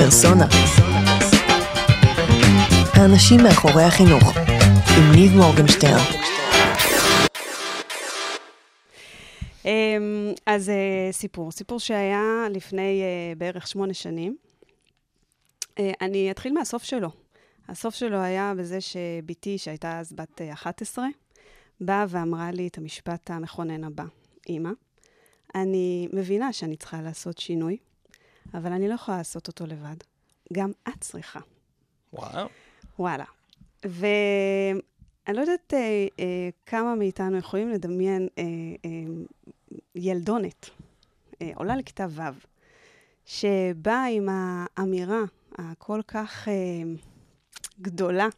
פרסונה. האנשים מאחורי החינוך, עם ניב מורגנשטרן. אז סיפור שהיה לפני בערך 8 שנים. אני אתחיל מהסוף שלו. הסוף שלו היה בזה שביתי, שהייתה אז בת 11, באה ואמרה לי את המשפט המכונן הבא. אמא, אני מבינה שאני צריכה לעשות שינוי, אבל אני לא יכולה לעשות אותו לבד. גם את צריכה. וואו. וואלה. ואני לא יודעת כמה מאיתנו יכולים לדמיין ילדונת, עולה לכיתה ו', שבאה עם האמירה הכל כך גדולה,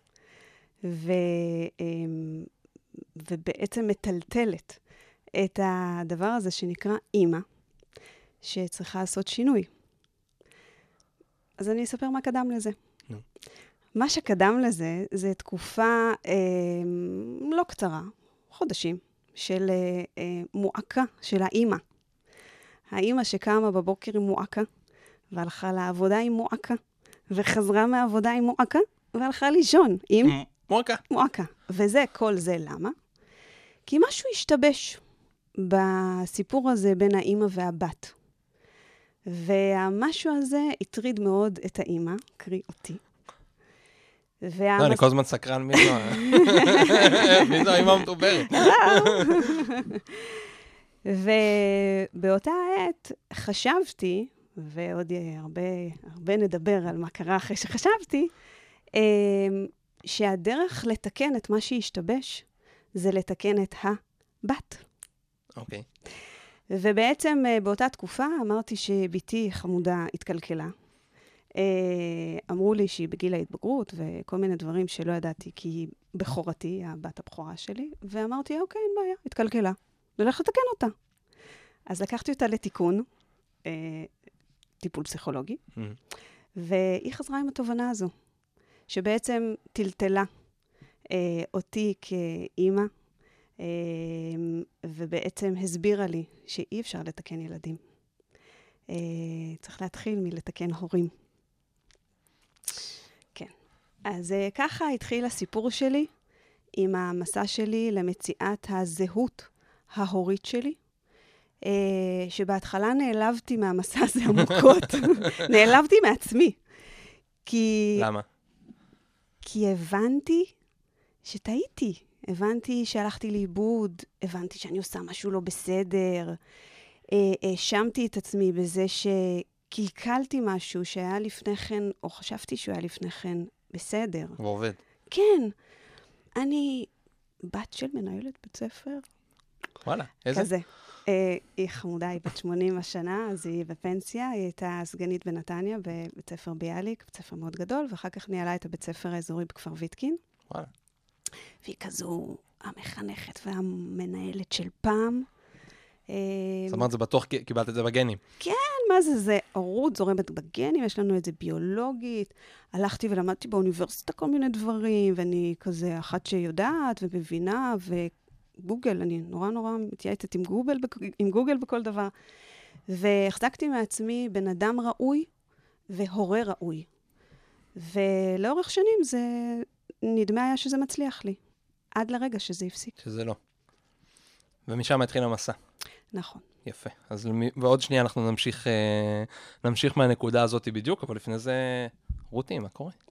ובעצם מטלטלת את הדבר הזה שנקרא אמא, שצריכה לעשות שינוי. אז אני אספר מה קדם לזה. מה שקדם לזה, זה תקופה לא קצרה, חודשים, של מועקה של האמא. האמא שקמה בבוקר עם מועקה, והלכה לעבודה עם מועקה, וחזרה מהעבודה עם מועקה, והלכה לישון עם מועקה. מועקה. וזה, כל זה למה? כי משהו השתבש בסיפור הזה בין האמא והבת. והמשהו הזה הטריד מאוד את האמא, קרי אותי. לא, אני כל הזמן סקרן מי זו. מי זו האמא המדוברת. ובאותה עת חשבתי, ועוד הרבה נדבר על מה קרה אחרי שחשבתי, שהדרך לתקן את מה שהשתבש, זה לתקן את הבת. אוקיי. ובעצם באותה תקופה אמרתי שביתי חמודה התקלקלה. אמרו לי שהיא בגיל ההתבגרות, וכל מיני דברים שלא ידעתי, כי היא בכורתי, הבת הבכורה שלי, ואמרתי, אוקיי, אין בעיה, התקלקלה. נלך לתקן אותה. אז לקחתי אותה לתיקון, טיפול פסיכולוגי, והיא חזרה עם התובנה הזו, שבעצם טלטלה אותי כאימא, ובעצם הסבירה לי שאי אפשר לתקן ילדים. צריך להתחיל מלתקן הורים. כן. אז ככה התחיל הסיפור שלי, עם המסע שלי למציאת הזהות ההורית שלי, שבהתחלה נעלבתי מהמסע הזה עמוקות. נעלבתי מעצמי. למה? כי הבנתי שטעיתי. הבנתי שהלכתי לאיבוד, הבנתי שאני עושה משהו לא בסדר. האשמתי את עצמי בזה שקלקלתי משהו שהיה לפני כן, או חשבתי שהוא היה לפני כן בסדר. ועובד. כן. אני בת של מנהלת בית ספר. וואלה, איזה? כזה. היא חמודה, היא בת 80 השנה, אז היא בפנסיה, היא הייתה סגנית בנתניה, בבית ספר ביאליק, בית ספר מאוד גדול, ואחר כך ניהלה את הבית ספר האזורי בכפר ויתקין. וואלה. והיא כזו המחנכת והמנהלת של פעם. זאת אומרת, זה בטוח קיבלת את זה בגנים. כן, מה זה? זה הורות זורמת בגנים, יש לנו את זה ביולוגית. הלכתי ולמדתי באוניברסיטה כל מיני דברים, ואני כזה אחת שיודעת ומבינה, וגוגל, אני נורא מתייעצת עם גוגל בכל דבר. והחזקתי מעצמי בן אדם ראוי והורה ראוי. ולאורך שנים זה נדמה היה שזה מצליח לי, עד לרגע שזה הפסיק. שזה לא. ומשם התחיל המסע. נכון. יפה. אז ועוד שנייה אנחנו נמשיך מהנקודה הזאת בדיוק, אבל לפני זה, רותי, מה קורה?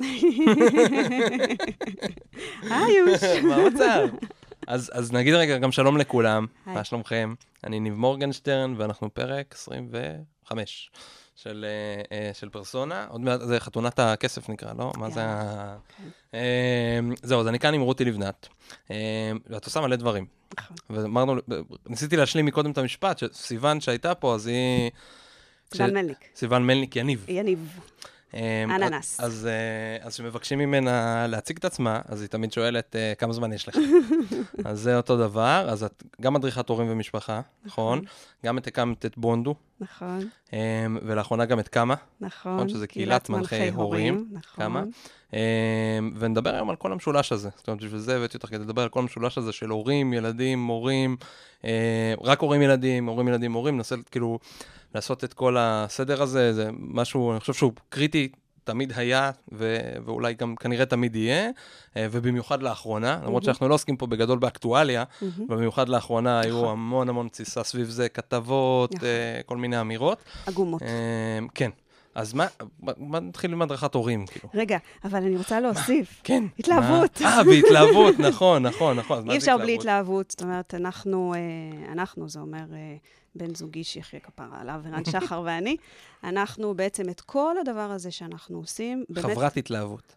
היוש. מה המצב? אז נגיד רגע גם שלום לכולם, מה שלומכם? אני ניב מורגנשטרן, ואנחנו פרק 25 של פרסונה. עוד מעט, זה חתונת הכסף נקרא, לא? מה זה זהו, אז אני כאן עם רותי לבנת, ואת עושה מלא דברים. ואמרנו, ניסיתי להשלים מקודם את המשפט, שסיוון שהייתה פה, אז היא... סיוון מלניק. סיוון מלניק יניב. יניב. אננס. אז שמבקשים ממנה להציג את עצמה, אז היא תמיד שואלת כמה זמן יש לך. אז זה אותו דבר, אז את גם מדריכת הורים ומשפחה, נכון? גם הקמת את בונדו. נכון. ולאחרונה גם את כמה. נכון. שזה קהילת מנחי הורים. כמה. ונדבר היום על כל המשולש הזה. זאת אומרת, בשביל זה הבאתי אותך כדי לדבר על כל המשולש הזה של הורים, ילדים, מורים, רק הורים, ילדים, הורים, ילדים, מורים, ננסה כאילו לעשות את כל הסדר הזה, זה משהו, אני חושב שהוא קריטי תמיד היה, ואולי גם כנראה תמיד יהיה, ובמיוחד לאחרונה, למרות שאנחנו לא עוסקים פה בגדול באקטואליה, ובמיוחד לאחרונה היו המון תסיסה סביב זה, כתבות, כל מיני אמירות. עגומות. כן. אז מה נתחיל עם הדרכת הורים, כאילו? רגע, אבל אני רוצה להוסיף. כן. התלהבות. בהתלהבות, נכון. אי אפשר בלי התלהבות. זאת אומרת, אנחנו, זה אומר בן זוגי שיחיה כפרה עליו, ורן שחר ואני, אנחנו בעצם את כל הדבר הזה שאנחנו עושים, חברת התלהבות.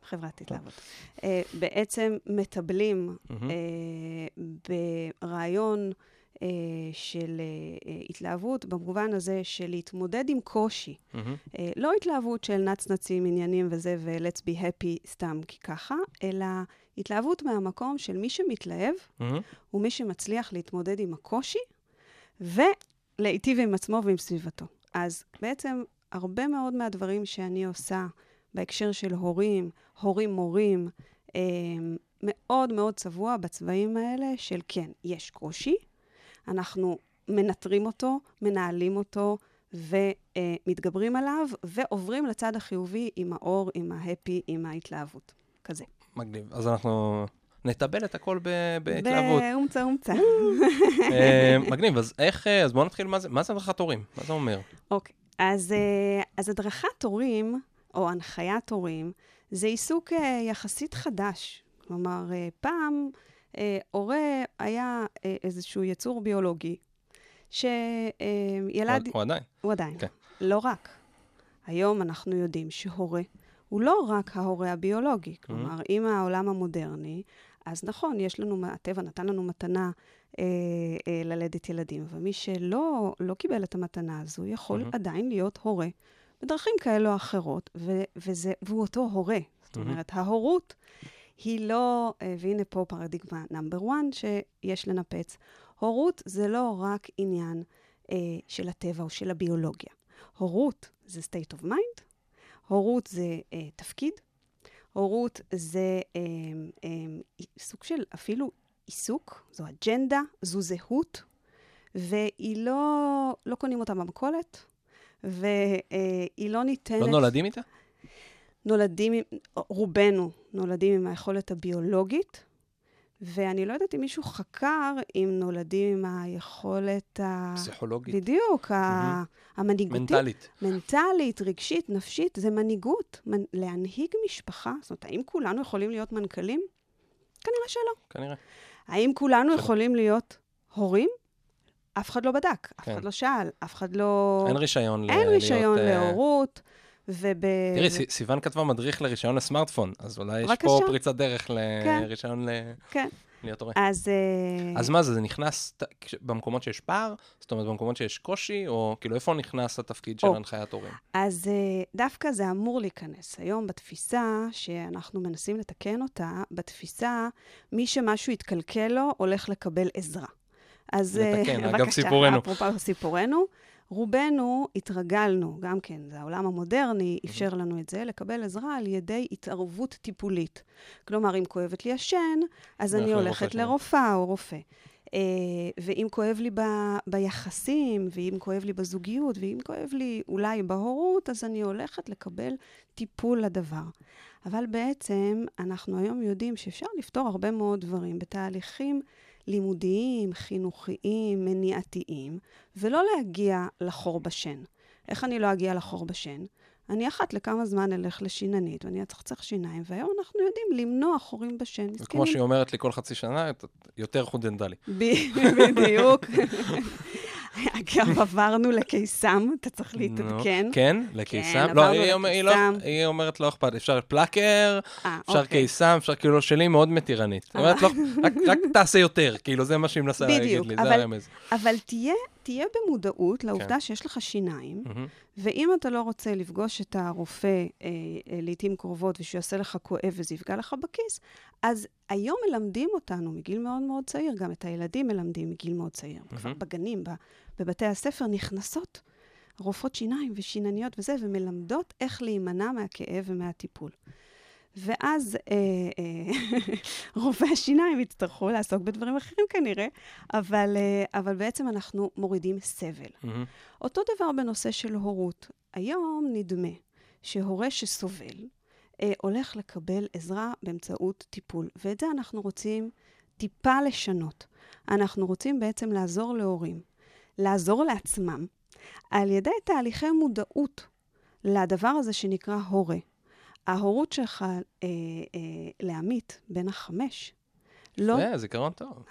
בעצם מטבלים ברעיון של התלהבות, במובן הזה של להתמודד עם קושי. לא התלהבות של נצנצים, עניינים וזה, ו-let's be happy סתם כי ככה, אלא התלהבות מהמקום של מי שמתלהב, ומי שמצליח להתמודד עם הקושי, ולהיטיב עם עצמו ועם סביבתו. אז בעצם הרבה מאוד מהדברים שאני עושה בהקשר של הורים, מאוד מאוד צבוע בצבעים האלה של כן, יש קושי, אנחנו מנטרים אותו, מנהלים אותו ומתגברים עליו, ועוברים לצד החיובי עם האור, עם ההפי, עם ההתלהבות. כזה. מגניב. אז אנחנו נטבל את הכל בהתלהבות. באומצה. מגניב. אז בואו נתחיל, מה זה הדרכת הורים? מה זה אומר? אוקיי. אז הדרכת הורים, או הנחיית הורים, זה עיסוק יחסית חדש. כלומר, פעם הורה היה איזשהו יצור ביולוגי, שילד... הוא עדיין. כן. לא רק. היום אנחנו יודעים שהורה הוא לא רק ההורה הביולוגי. כלומר, עם העולם המודרני, אז נכון, הטבע נתן לנו מתנה ללדת ילדים, ומי שלא קיבל את המתנה הזו, יכול עדיין להיות הורה בדרכים כאלה או אחרות, והוא אותו הורה. זאת אומרת, ההורות היא לא, והנה פה פרדיגמה נאמבר 1 שיש לנפץ, הורות זה לא רק עניין של הטבע או של הביולוגיה. הורות זה state of mind, הורות זה תפקיד, הורות זה סוג של אפילו עיסוק, זו אג'נדה, זו זהות, והיא לא קונים אותה במכולת, והיא לא ניתנת... לא נולדים איתה? רובנו נולדים עם היכולת הביולוגית, ואני לא יודעת אם מישהו חקר אם נולדים עם היכולת פסיכולוגית. בדיוק, המנהיגותית. מנטלית, רגשית, נפשית, זה מנהיגות. להנהיג משפחה, זאת אומרת, האם כולנו יכולים להיות מנכ"לים? כנראה שלא. כנראה. האם כולנו יכולים להיות הורים? אף אחד לא בדק, אף אחד לא שאל, אף אחד לא... אין רישיון להורות. תראי, סיוון כתבה מדריך לרישיון לסמארטפון, אז אולי יש פה פריצת דרך לרישיון להיות הורה. אז מה זה נכנס במקומות שיש פער? זאת אומרת, במקומות שיש קושי, או כאילו איפה נכנס התפקיד של הנחיית הורים? אז דווקא זה אמור להיכנס. היום בתפיסה שאנחנו מנסים לתקן אותה, בתפיסה, מי שמשהו יתקלקל לו, הולך לקבל עזרה. אז לתקן, אגב סיפורנו. אפרופו סיפורנו, רובנו התרגלנו, גם כן, זה העולם המודרני, אפשר לנו את זה, לקבל עזרה על ידי התערבות טיפולית. כלומר, אם כואבת לי השן, אז אני הולכת לרופאה או רופא. ואם כואב לי ביחסים, ואם כואב לי בזוגיות, ואם כואב לי אולי בהורות, אז אני הולכת לקבל טיפול לדבר. אבל בעצם אנחנו היום יודעים שאפשר לפתור הרבה מאוד דברים בתהליכים לימודיים, חינוכיים, מניעתיים, ולא להגיע לחור בשן. איך אני לא אגיע לחור בשן? אני אחת לכמה זמן אלך לשיננית, ואני אצחצח שיניים, והיום אנחנו יודעים למנוע חורים בשן. כמו שהיא אומרת לי כל חצי שנה, יותר חוט דנטלי. בדיוק. אגב, עברנו לקיסם, אתה צריך להתעדכן. כן, לקיסם. לא, היא אומרת לא אכפת, אפשר פלאקר, אפשר קיסם, אפשר כאילו שלי מאוד מתירנית. היא אומרת, רק תעשה יותר, כאילו זה מה שהיא מנסה להגיד לי, זה הרמז. אבל תהיה במודעות לעובדה שיש לך שיניים, ואם אתה לא רוצה לפגוש את הרופא לעתים קרובות, ושהוא יעשה לך כואב וזה יפגע לך בכיס, אז היום מלמדים אותנו מגיל מאוד מאוד צעיר, גם את הילדים מלמדים מגיל מאוד צעיר. כבר בגנים, בבתי הספר נכנסות רופאות שיניים ושינניות וזה, ומלמדות איך להימנע מהכאב ומהטיפול. ואז רופאי השיניים יצטרכו לעסוק בדברים אחרים כנראה, אבל בעצם אנחנו מורידים סבל. אותו דבר בנושא של הורות. היום נדמה שהורה שסובל הולך לקבל עזרה באמצעות טיפול. ואת זה אנחנו רוצים טיפה לשנות. אנחנו רוצים בעצם לעזור להורים, לעזור לעצמם, על ידי תהליכי מודעות לדבר הזה שנקרא הורה. ההורות שלך לעמית בין 5, לא... זה זיכרון טוב.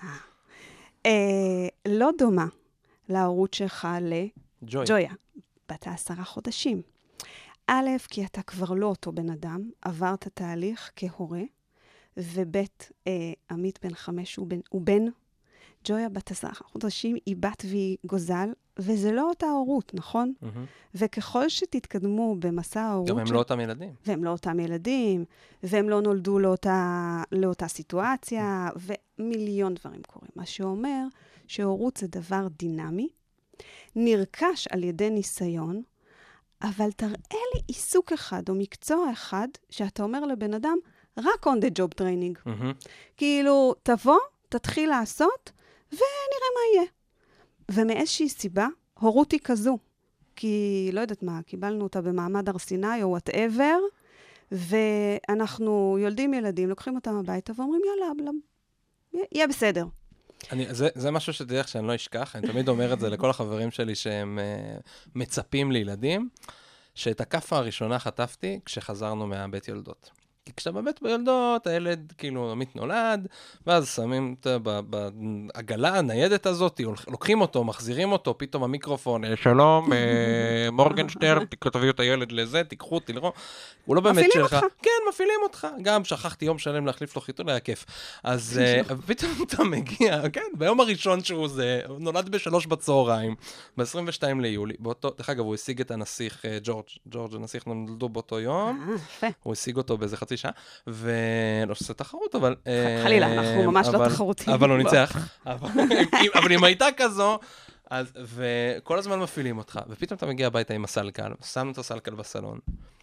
לא דומה להורות שלך לג'ויה, בת 10 חודשים. א', כי אתה כבר לא אותו בן אדם, עברת תהליך כהורה, וב', עמית בן 5 הוא בן, ג'ויה בת 10 חודשים היא בת והיא גוזל, וזה לא אותה הורות, נכון? וככל שתתקדמו במסע ההורות... גם הם לא אותם ילדים. והם לא אותם ילדים, והם לא נולדו לאותה סיטואציה, ומיליון דברים קורים. מה שאומר שהורות זה דבר דינמי, נרכש על ידי ניסיון, אבל תראה לי עיסוק אחד או מקצוע אחד שאתה אומר לבן אדם, רק on the job training. כאילו, תבוא, תתחיל לעשות, ונראה מה יהיה. ומאיזושהי סיבה, הורות היא כזו. כי, לא יודעת מה, קיבלנו אותה במעמד הר סיני או whatever, ואנחנו יולדים ילדים, לוקחים אותם הביתה ואומרים, יאללה, יהיה בסדר. זה משהו שתדעך שאני לא אשכח, אני תמיד אומר את זה לכל החברים שלי שהם מצפים לילדים, שאת הכף הראשונה חטפתי כשחזרנו מהבית יולדות. כי כשאתה בבית ביולדות, הילד כאילו עמית נולד, ואז שמים בעגלה הניידת הזאת, לוקחים אותו, מחזירים אותו, פתאום המיקרופון, שלום, מורגנשטרן, תביאו את הילד לזה, תיקחו, תלכו. הוא לא באמת שלך. מפעילים אותך. כן, מפעילים אותך. גם שכחתי יום שלם להחליף לו חיתול, היה כיף. אז פתאום אתה מגיע, כן, ביום הראשון שהוא זה, הוא נולד ב3 בצהריים, ב-22 ליולי. דרך אגב, הוא השיג את הנסיך ג'ורג' הנסיך נולדו באותו יום. הוא השיג אותו באיזה חצי שעה, ולא שעושה תחרות, אבל... חלילה, אנחנו ממש לא תחרותיים. אבל הוא ניצח. אבל אם הייתה כזו, וכל הזמן מפעילים אותך, ופתאום אתה מגיע הביתה עם הסלקל, שמנו את הסלקל בסלון.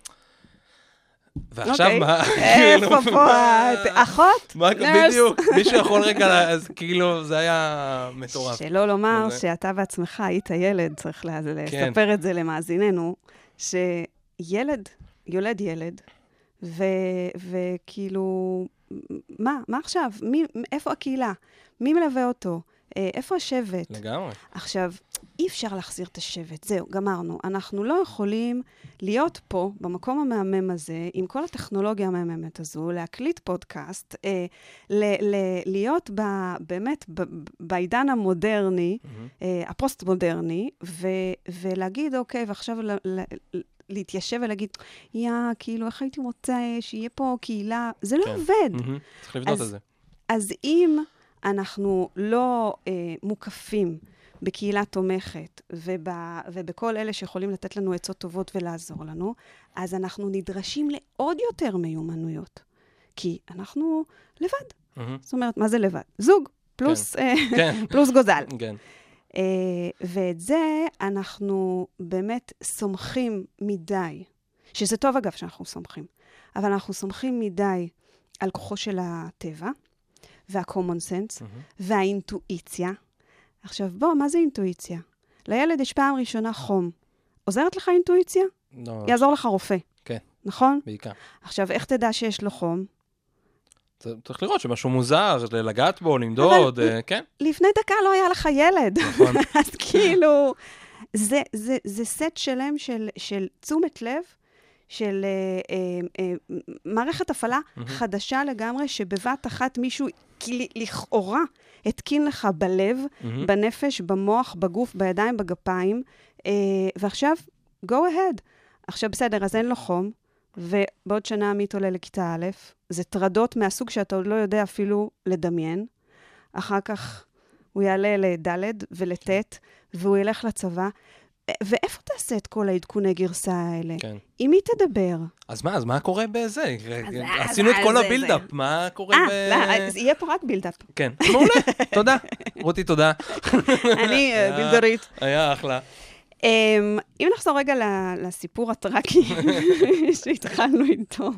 ועכשיו מה? איפה פה? אחות? בדיוק, מישהו יכול רגע, אז כאילו, זה היה מטורף. שלא לומר שאתה בעצמך היית ילד, צריך לספר את זה למאזיננו, שילד יולד ילד, וכאילו, מה עכשיו? איפה הקהילה? מי מלווה אותו? איפה השבט? לגמרי. עכשיו, אי אפשר להחזיר את השבט, זהו, גמרנו. אנחנו לא יכולים להיות פה, במקום המהמם הזה, עם כל הטכנולוגיה המהממת הזו, להקליט פודקאסט, להיות באמת בעידן המודרני, הפוסט-מודרני, ולהגיד, אוקיי, ועכשיו להתיישב ולהגיד, כאילו, איך הייתי רוצה שיהיה פה קהילה? זה לא עובד. צריך לבנות את זה. אז אם אנחנו לא מוקפים בקהילה תומכת ובכל אלה שיכולים לתת לנו עצות טובות ולעזור לנו, אז אנחנו נדרשים לעוד יותר מיומנויות. כי אנחנו לבד. זאת אומרת, מה זה לבד? זוג, פלוס גוזל. כן. ואת זה אנחנו באמת סומכים מדי, שזה טוב אגב שאנחנו סומכים, אבל אנחנו סומכים מדי על כוחו של הטבע, וה-common sense, והאינטואיציה. עכשיו בוא, מה זה אינטואיציה? לילד יש פעם ראשונה חום. עוזרת לך אינטואיציה? לא. יעזור לך רופא. כן. נכון? בעיקר. עכשיו, איך תדע שיש לו חום? צריך לראות שמשהו מוזר, לגעת בו, למדוד, כן. לפני דקה לא היה לך ילד. נכון. אז כאילו, זה סט שלם של תשומת לב, של מערכת הפעלה חדשה לגמרי, שבבת אחת מישהו לכאורה התקין לך בלב, בנפש, במוח, בגוף, בידיים, בגפיים, ועכשיו, go ahead. עכשיו בסדר, אז אין לו חום, ובעוד שנה עמית עולה לכיתה א', זה טרדות מהסוג שאתה עוד לא יודע אפילו לדמיין. אחר כך הוא יעלה לד' ולת', והוא ילך לצבא. ואיפה תעשה את כל העדכוני גרסה האלה? כן. עם מי תדבר? אז מה קורה בזה? עשינו את כל הבילדאפ, מה קורה ב... לא, יהיה פה רק בילדאפ. כן, מעולה, תודה. רותי, תודה. אני בילדרית. היה אחלה. אם נחזור רגע לסיפור הטרקי שהתחלנו איתו,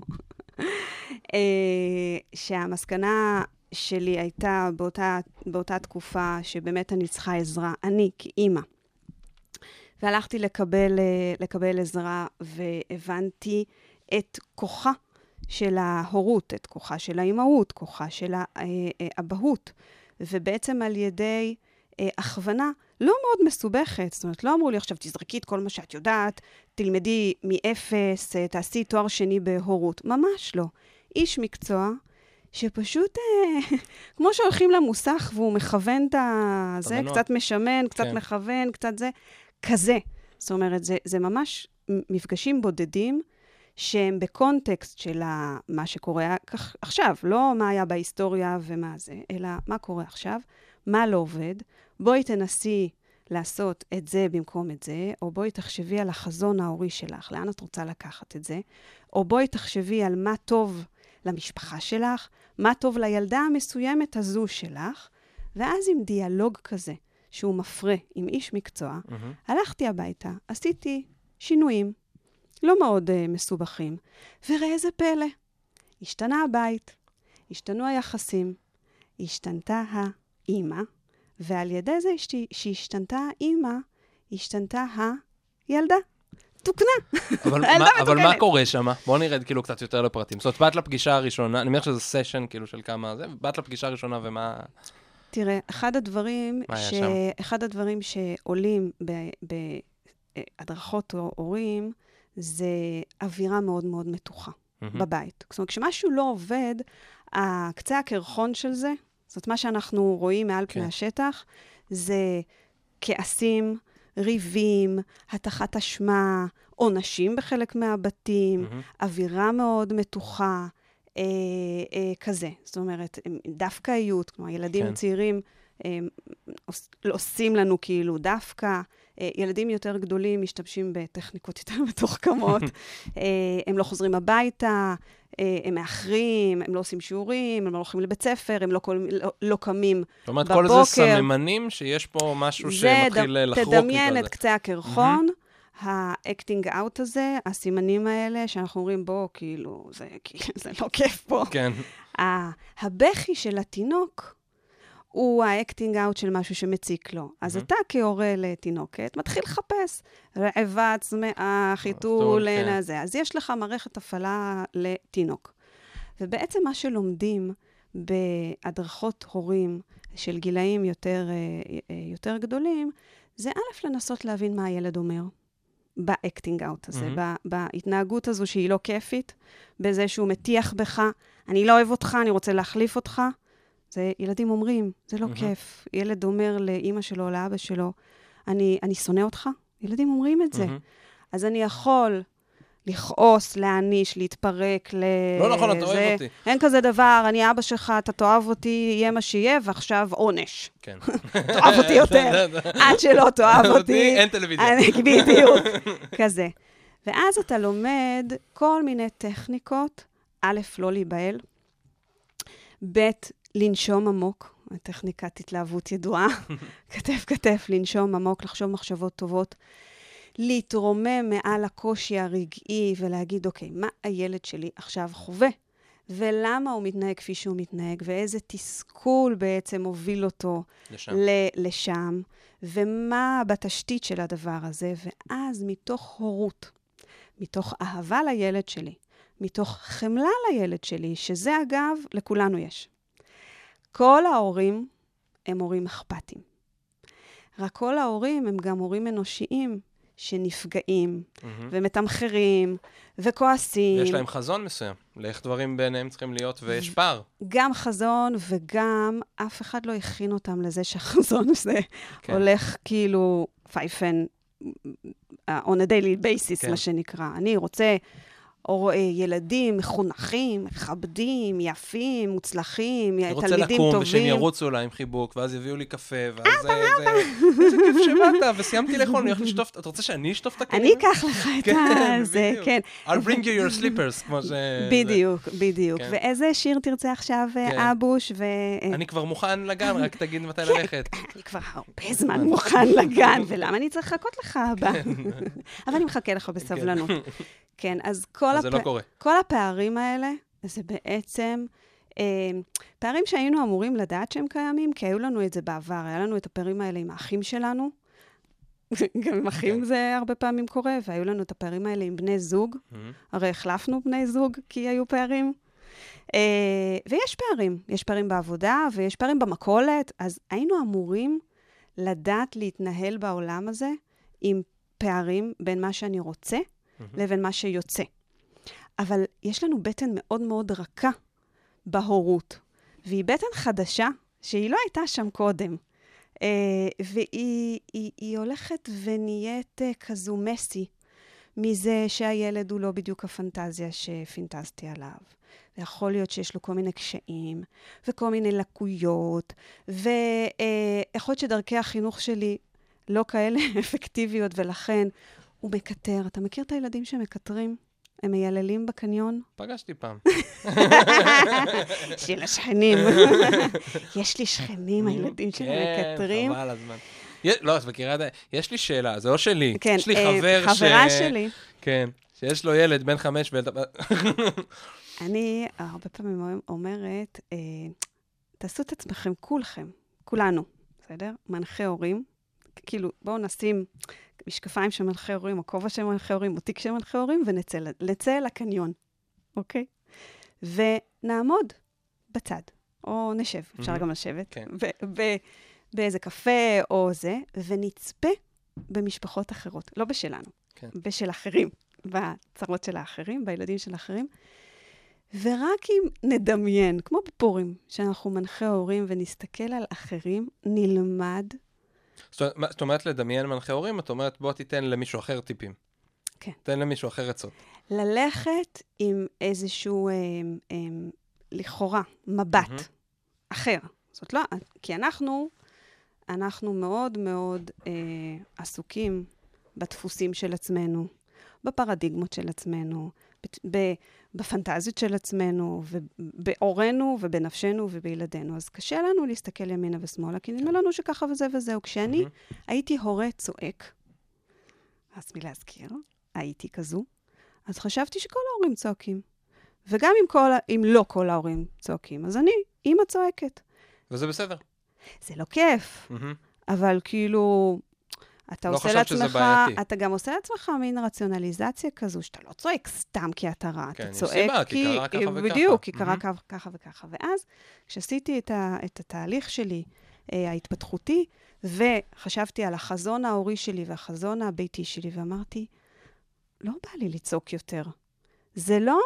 שהמסקנה שלי הייתה באותה תקופה שבאמת אני צריכה עזרה, אני כאימא, והלכתי לקבל עזרה, והבנתי את כוחה של ההורות, את כוחה של האימהות, כוחה של האבהות, ובעצם על ידי הכוונה לא מאוד מסובכת, זאת אומרת, לא אמרו לי עכשיו, תזרקי את כל מה שאת יודעת, תלמדי מאפס, תעשי תואר שני בהורות. ממש לא. איש מקצוע שפשוט, כמו שהולכים למוסך והוא מכוון את זה, קצת משמן, קצת מכוון, קצת זה, כזה. זאת אומרת, זה ממש מפגשים בודדים, שהם בקונטקסט של מה שקורה עכשיו, לא מה היה בהיסטוריה ומה זה, אלא מה קורה עכשיו, מה לא עובד, בואי תנסי לעשות את זה במקום את זה, או בואי תחשבי על החזון ההורי שלך, לאן את רוצה לקחת את זה, או בואי תחשבי על מה טוב למשפחה שלך, מה טוב לילדה המסוימת הזו שלך, ואז עם דיאלוג כזה, שהוא מפרה עם איש מקצוע, הלכתי הביתה, עשיתי שינויים, לא מאוד מסובכים, וראה איזה פלא, השתנה הבית, השתנו היחסים, השתנתה האימא, ועל ידי זה שהשתנתה האימא, השתנתה הילדה. תוקנה. אבל מה קורה שם? בואו נרד כאילו קצת יותר לפרטים. זאת אומרת, באת לפגישה הראשונה, אני מניח שזה סשן כאילו של כמה זה, באת לפגישה הראשונה ומה... תראה, אחד הדברים שעולים בהדרכות הורים, זה אווירה מאוד מאוד מתוחה בבית. זאת אומרת, כשמשהו לא עובד, הקצה הקרחון של זה, זאת מה שאנחנו רואים מעל פני השטח, זה כעסים, ריבים, התחת אשמה, עונשים בחלק מהבתים, אווירה מאוד מתוחה, כזה. זאת אומרת, דווקאיות, כמו ילדים צעירים עושים לנו כאילו דווקא, ילדים יותר גדולים משתמשים בטכניקות יותר מתוחכמות, הם לא חוזרים הביתה, הם מאחרים, הם לא עושים שיעורים, הם לא הולכים לבית ספר, הם לא קמים בבוקר. זאת אומרת, כל זה סממנים שיש פה משהו שמתחיל לחרוק. תדמיין את קצה הקרחון, האקטינג אאוט הזה, הסימנים האלה, שאנחנו אומרים, בוא, כאילו, זה לא כיף פה. כן. הבכי של התינוק, הוא האקטינג אאוט של משהו שמציק לו. אז אתה כהורה לתינוקת, מתחיל לחפש רעבה, צמאה, חיתול, זה. אז יש לך מערכת הפעלה לתינוק. ובעצם מה שלומדים בהדרכות הורים של גילאים יותר גדולים, זה א', לנסות להבין מה הילד אומר באקטינג אאוט הזה, בהתנהגות הזו שהיא לא כיפית, בזה שהוא מטיח בך, אני לא אוהב אותך, אני רוצה להחליף אותך, זה ילדים אומרים, זה לא כיף. ילד אומר לאמא שלו או לאבא שלו, אני שונא אותך. ילדים אומרים את זה. אז אני יכול לכעוס, להעניש, להתפרק, לא נכון, אתה אוהב אותי. אין כזה דבר, אני אבא שלך, אתה תאהב אותי, יהיה מה שיהיה, ועכשיו עונש. כן. תאהב אותי יותר. עד שלא תאהב אותי. אין טלוויזיה. בדיוק. כזה. ואז אתה לומד כל מיני טכניקות, א', לא להיבהל, ב', לנשום עמוק, הטכניקת התלהבות ידועה, כתף, לנשום עמוק, לחשוב מחשבות טובות, להתרומם מעל הקושי הרגעי ולהגיד, אוקיי, מה הילד שלי עכשיו חווה? ולמה הוא מתנהג כפי שהוא מתנהג? ואיזה תסכול בעצם הוביל אותו לשם? ומה בתשתית של הדבר הזה? ואז מתוך הורות, מתוך אהבה לילד שלי, מתוך חמלה לילד שלי, שזה אגב, לכולנו יש. כל ההורים הם הורים אכפתיים. רק כל ההורים הם גם הורים אנושיים שנפגעים ומתמחרים וכועסים. ויש להם חזון מסוים, לאיך דברים ביניהם צריכים להיות ויש פער. גם חזון וגם אף אחד לא הכין אותם לזה שהחזון הזה הולך כאילו פייפן on a daily basis, מה שנקרא. אני רוצה... או ילדים מחונכים, מכבדים, יפים, מוצלחים, תלמידים טובים. אני רוצה לקום ושהם ירוצו אליי עם חיבוק, ואז יביאו לי קפה, ואז איזה כיף שבאת, וסיימתי לאכול, אני הולך לשטוף, אתה רוצה שאני אשטוף את הכלים? אני אקח לך את זה, כן. I'll bring you your slippers, כמו ש... בדיוק. ואיזה שיר תרצה עכשיו, אבוש? אני כבר מוכן לגן, רק תגיד מתי ללכת. אני כבר הרבה זמן מוכן לגן, ולמה אני צריך לחכות לך, אבא? אבל אני מחכה לך בסבלנות. כן, אז כל הפערים האלה, זה בעצם פערים שהיינו אמורים לדעת שהם קיימים, כי היו לנו את זה בעבר, היה לנו את הפערים האלה עם האחים שלנו, גם עם אחים זה הרבה פעמים קורה, והיו לנו את הפערים האלה עם בני זוג. הרי החלפנו בני זוג כי היו פערים. ויש פערים. יש פערים בעבודה, ויש פערים במכולת. אז היינו אמורים לדעת להתנהל בעולם הזה עם פערים בין מה שאני רוצה לבין מה שיוצא. אבל יש לנו בטן מאוד מאוד רכה בהורות. והיא בטן חדשה, שהיא לא הייתה שם קודם. והיא הולכת ונהיית כזו מסי, מזה שהילד הוא לא בדיוק הפנטזיה שפינטזתי עליו. ויכול להיות שיש לו כל מיני קשיים, וכל מיני לקויות, ויכול להיות שדרכי החינוך שלי לא כאלה אפקטיביות, ולכן הוא מקטר. אתה מכיר את הילדים שמקטרים? הם מייללים בקניון? פגשתי פעם. של השכנים. יש לי שכנים, הילדים שלהם מקטרים. כן, חבל הזמן. לא, את מכירה את זה? יש לי שאלה, זה לא שלי. כן, יש לי חבר חברה שלי. כן, שיש לו ילד בן 5 אני הרבה פעמים אומרת, תעשו את עצמכם כולנו, בסדר? מנחי הורים. כאילו, בואו נשים משקפיים של מנחי הורים, או כובע של מנחי הורים, או תיק של מנחי הורים, ונצא לקניון, אוקיי? ונעמוד בצד, או נשב, אפשר גם לשבת, באיזה קפה או זה, ונצפה במשפחות אחרות, לא בשלנו, בשל אחרים, בצרות של האחרים, בילדים של האחרים, ורק אם נדמיין, כמו בפורים, שאנחנו מנחי הורים ונסתכל על אחרים, נלמד. זאת אומרת, לדמיין מנחי הורים, את אומרת, בוא תיתן למישהו אחר טיפים. כן. תן למישהו אחר עצות. ללכת עם איזשהו, לכאורה, מבט אחר. זאת לא, כי אנחנו מאוד מאוד עסוקים בדפוסים של עצמנו, בפרדיגמות של עצמנו, בפנטזיות של עצמנו, ובאורנו ובנפשנו ובילדינו. אז קשה לנו להסתכל ימינה ושמאלה, כי נדמה לנו שככה וזה וזהו. כשאני הייתי הורה צועק, אז מלהזכיר, הייתי כזו, אז חשבתי שכל ההורים צועקים. וגם אם לא כל ההורים צועקים, אז אני, אמא צועקת. וזה בסדר. זה לא כיף, אבל כאילו, אתה עושה לעצמך, אתה גם עושה לעצמך מין רציונליזציה כזו, שאתה לא צועק סתם כי אתה רע, אתה צועק כי קרה ככה וככה. בדיוק, כי קרה ככה וככה. ואז, כשעשיתי את התהליך שלי, ההתפתחותי, וחשבתי על החזון ההורי שלי והחזון הביתי שלי, ואמרתי, לא בא לי לצעוק יותר. זה לא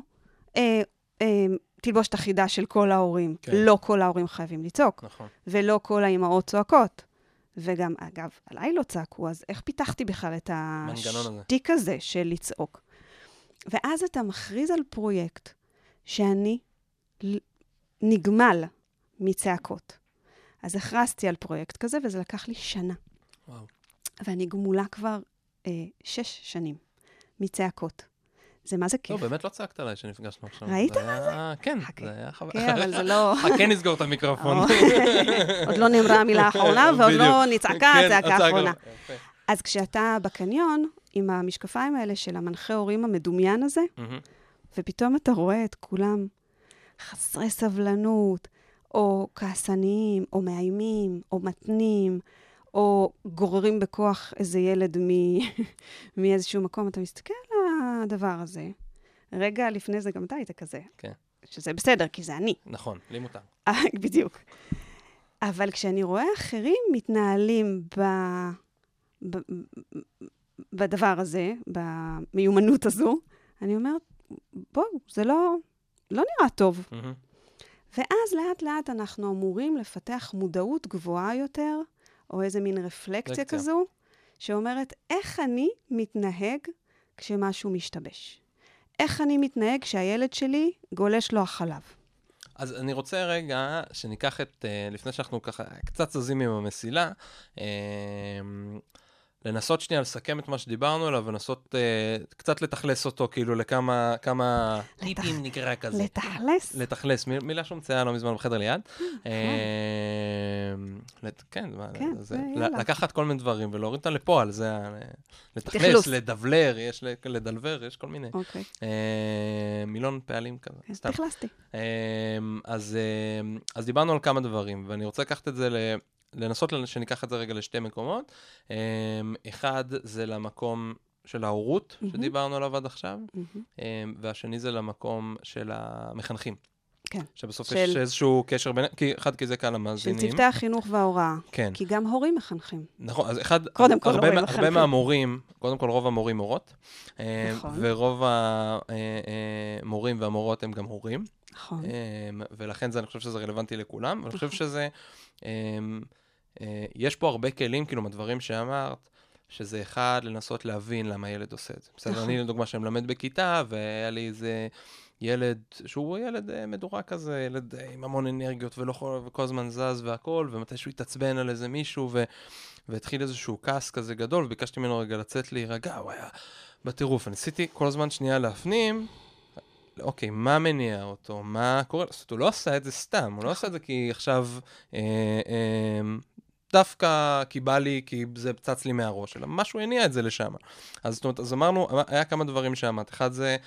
תלבושת אחידה של כל ההורים. לא כל ההורים חייבים לצעוק. נכון. ולא כל האימהות צועקות. וגם, אגב, עליי לא צעקו, אז איך פיתחתי בכלל את השתיק הזה של לצעוק? ואז אתה מכריז על פרויקט שאני נגמל מצעקות. אז הכרזתי על פרויקט כזה, וזה לקח לי שנה. וואו. ואני גמולה כבר 6 שנים מצעקות. זה מה זה כיף. לא, באמת לא צעקת עליי שנפגשנו עכשיו. ראית מה זה? כן, זה היה חוויה. כן, אבל זה לא... כן נסגור את המיקרופון. עוד לא נאמרה המילה האחרונה, ועוד לא נצעקה הצעקה האחרונה. אז כשאתה בקניון, עם המשקפיים האלה של המנחה הורים המדומיין הזה, ופתאום אתה רואה את כולם חסרי סבלנות, או כעסניים, או מאיימים, או מתנים, או גוררים בכוח איזה ילד מאיזשהו מקום, אתה מסתכל על הדבר הזה. רגע לפני זה גם אתה היית כזה. כן. שזה בסדר, כי זה אני. נכון, לי מותר. בדיוק. אבל כשאני רואה אחרים מתנהלים בדבר הזה, במיומנות הזו, אני אומרת, בואו, זה לא נראה טוב. ואז לאט לאט אנחנו אמורים לפתח מודעות גבוהה יותר, או איזה מין רפלקציה כזו, שאומרת, איך אני מתנהג כשמשהו משתבש? איך אני מתנהג כשהילד שלי גולש לו החלב? אז אני רוצה רגע שניקח לפני שאנחנו ככה קצת זזים עם המסילה, לנסות שנייה לסכם את מה שדיברנו עליו, ולנסות קצת לתכלס אותו, כאילו לכמה טיפים נקרא כזה. לתכלס? לתכלס, מילה שומצאה לא מזמן בחדר ליד. כן, לקחת כל מיני דברים ולהוריד אותם לפועל, זה לתכלס, לדבלר, יש לדלבר, יש כל מיני. מילון פעלים כזה. תכלסתי. אז דיברנו על כמה דברים, ואני רוצה לקחת את זה לנסות שניקח את זה רגע לשתי מקומות. אחד זה למקום של ההורות, שדיברנו עליו עד עכשיו, והשני זה למקום של המחנכים. כן. שבסוף יש איזשהו קשר בין, כי זה קל למאזינים. של צוותי החינוך וההוראה. כן. כי גם הורים מחנכים. נכון, אז קודם כל הורים מחנכים. הרבה מהמורים, קודם כל רוב המורים מורות, נכון. ורוב המורים והמורות הם גם הורים. נכון. ולכן אני חושב שזה רלוונטי לכולם, ואני חושב שזה, יש פה הרבה כלים, כאילו, מהדברים שאמרת, שזה אחד, לנסות להבין למה ילד עושה את זה. בסדר, אני לדוגמה שאני מלמד בכיתה, והיה לי איזה ילד, שהוא ילד מדורג כזה, ילד עם המון אנרגיות, וכל הזמן זז והכל, ומתי שהוא התעצבן על איזה מישהו, והתחיל איזשהו כעס כזה גדול, וביקשתי ממנו רגע לצאת להירגע, הוא היה בטירוף. אני ניסיתי כל הזמן שנייה להפנים, אוקיי, מה מניע אותו? מה קורה? זאת אומרת, הוא לא עושה את זה סתם, הוא לא עושה את זה כי עכשיו דווקא כי בא לי, כי זה פצץ לי מהראש, אלא משהו הניע את זה לשם. אז זאת אומרת, אז אמרנו, היה כמה דברים שאמרת. אחד זה,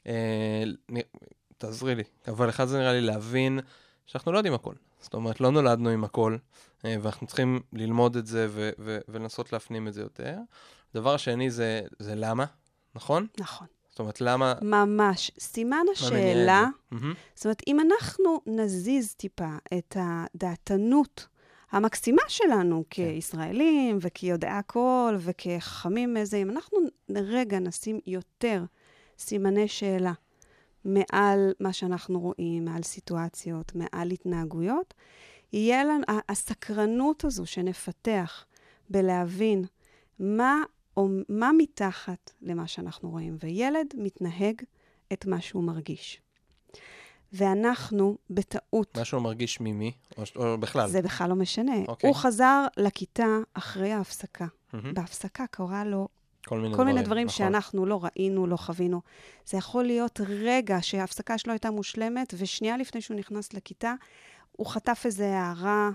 תעזרי לי, אבל אחד זה נראה לי להבין שאנחנו לא יודעים הכל. זאת אומרת, לא נולדנו עם הכל, ואנחנו צריכים ללמוד את זה ולנסות להפנים את זה יותר. הדבר השני זה למה, נכון? נכון. זאת אומרת, למה... ממש. סימן השאלה, זאת אומרת, אם אנחנו נזיז טיפה את הדעתנות המקסימה שלנו כישראלים וכיודעי הכל וכחכמים איזה, אם אנחנו רגע נשים יותר סימני שאלה מעל מה שאנחנו רואים, מעל סיטואציות, מעל התנהגויות, יהיה לנו, הסקרנות הזו שנפתח בלהבין מה מתחת למה שאנחנו רואים, וילד מתנהג את מה שהוא מרגיש. ואנחנו בטעות... מה שהוא מרגיש ממי, או בכלל? זה בכלל לא משנה. הוא חזר לכיתה אחרי ההפסקה. בהפסקה קורה לו כל מיני דברים שאנחנו לא ראינו, לא חווינו. זה יכול להיות רגע שההפסקה שלו הייתה מושלמת, ושנייה לפני שהוא נכנס לכיתה, הוא חטף איזה הערה,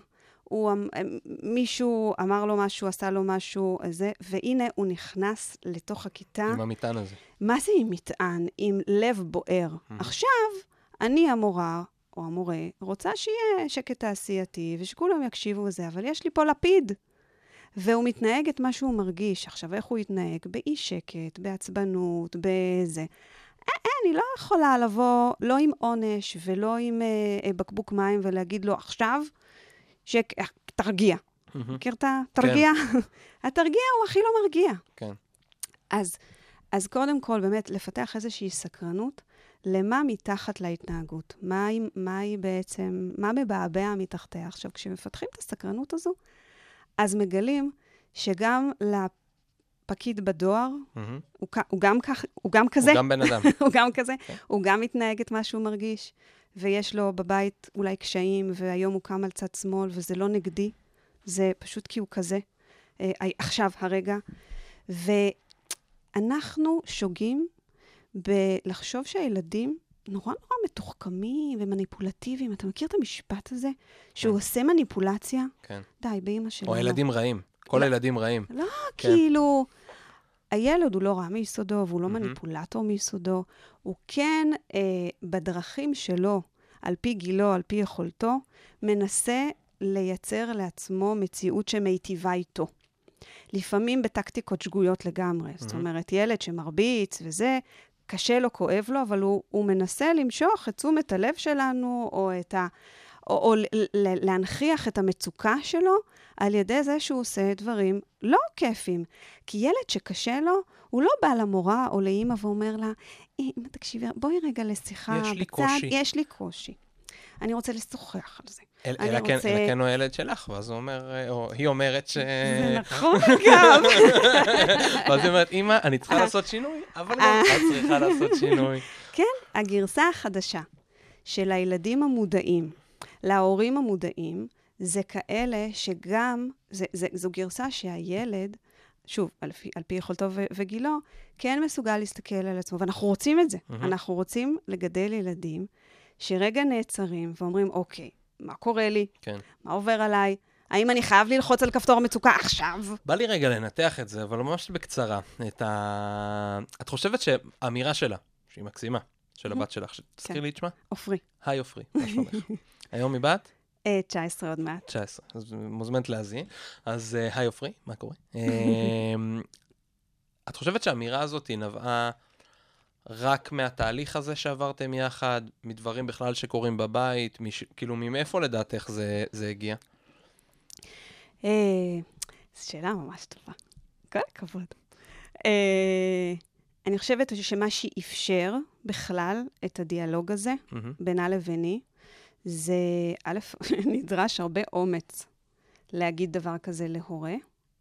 מישהו אמר לו משהו, עשה לו משהו, והנה הוא נכנס לתוך הכיתה. עם המטען הזה. מה זה עם מטען? עם לב בוער. עכשיו, אני המורה, או המורה, רוצה שיהיה שקט תעשייתי, ושכולם יקשיבו לזה, אבל יש לי פה לפיד. והוא מתנהג את מה שהוא מרגיש. עכשיו, איך הוא יתנהג? באי שקט, בעצבנות, בזה. אני לא יכולה לבוא, לא עם עונש, ולא עם בקבוק מים, ולהגיד לו, עכשיו, תרגיע. מכיר את התרגיע? התרגיע הוא הכי לא מרגיע. כן. אז קודם כל, באמת, לפתח איזושהי סקרנות, למה מתחת להתנהגות? מה היא בעצם, מה מבעבע מתחתיה? עכשיו, כשמפתחים את הסקרנות הזו, אז מגלים שגם לפקיד בדואר, הוא גם כזה. הוא גם בן אדם. הוא גם כזה. הוא גם מתנהג את מה שהוא מרגיש, ויש לו בבית אולי קשיים, והיום הוא קם על צד שמאל, וזה לא נגדי, זה פשוט כי הוא כזה. עכשיו, הרגע. ואנחנו שוגים בלחשוב שהילדים נורא מתוחכמים ומניפולטיביים. אתה מכיר את המשפט הזה? שהוא עושה מניפולציה? כן. די, באמא שלנו. או הילדים רעים. כל הילדים רעים. לא, כאילו, הילד הוא לא רע מיסודו, והוא לא מניפולטור מיסודו. הוא כן, בדרכים שלו, על פי גילו, על פי יכולתו, מנסה לייצר לעצמו מציאות שמיטיבה איתו. לפעמים בטקטיקות שגויות לגמרי. זאת אומרת, ילד שמרביץ וזה, קשה לו, כואב לו, אבל הוא מנסה למשוך את תשומת הלב שלנו, או להנכיח את המצוקה שלו, על ידי זה שהוא עושה דברים לא כיפים. כי ילד שקשה לו, הוא לא בא למורה או לאמא ואומר לה, אמא, תקשיבי, בואי רגע לשיחה יש לי בצד, קושי. יש לי קושי. אני רוצה לשוחח על זה. אלא כן הוא הילד שלך, ואז הוא אומר, או היא אומרת ש... זה נכון גם. ואז היא אומרת, אמא, אני צריכה לעשות שינוי, אבל גם את צריכה לעשות שינוי. כן, הגרסה החדשה של הילדים המודעים, להורים המודעים, זה כאלה שגם, זו גרסה שהילד, שוב, על פי יכולתו וגילו, כן מסוגל להסתכל על עצמו, ואנחנו רוצים את זה. אנחנו רוצים לגדל ילדים שרגע נעצרים ואומרים, אוקיי, מה קורה לי? כן. מה עובר עליי? האם אני חייב ללחוץ על כפתור המצוקה עכשיו? בא לי רגע לנתח את זה, אבל ממש בקצרה. את חושבת שהאמירה שלה, שהיא מקסימה, של הבת שלך, שתזכיר לי את שמה? עופרי. היי עופרי, מה שלומך? היום היא בת? 19 עוד מעט. 19, אז מוזמנת להזין. אז היי עופרי, מה קורה? את חושבת שהאמירה הזאת היא נבעה רק מהתהליך הזה שעברתם יחד, מדברים בכלל שקורים בבית, כאילו ממאיפה לדעתך זה הגיע? זו שאלה ממש טובה. כל הכבוד. אני חושבת שמה שאפשר בכלל את הדיאלוג הזה, בינה לביני, זה, א', נדרש הרבה אומץ להגיד דבר כזה להורה,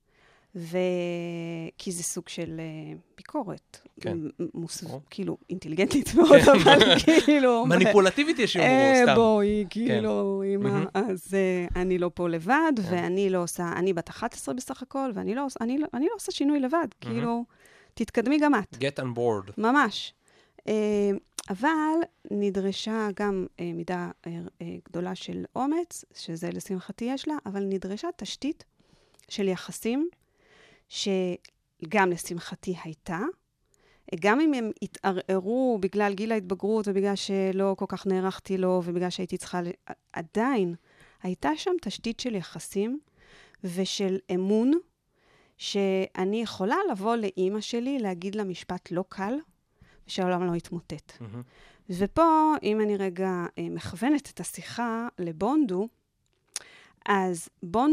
כי זה סוג של ביקורת. כן. כאילו, אינטליגנטית מאוד, אבל כאילו... מניפולטיבית יש יאמרו, סתם. בואי, כאילו, אמא, אז אני לא פה לבד, ואני לא עושה, אני בת 11 בסך הכל, ואני לא עושה שינוי לבד, כאילו, תתקדמי גם את. Get on board. ממש. אבל נדרשה גם מידה גדולה של אומץ, שזה לשמחתי יש לה, אבל נדרשה תשתית של יחסים, שגם לשמחתי הייתה, גם אם הם התערערו בגלל גיל ההתבגרות, ובגלל שלא כל כך נערכתי לו, ובגלל שהייתי צריכה, עדיין הייתה שם תשתית של יחסים, ושל אמון, שאני יכולה לבוא לאמא שלי, להגיד לה משפט לא קל, ושהעולם לא יתמוטט. ופה, אם אני רגע מכוונת את השיחה לבונדו, אז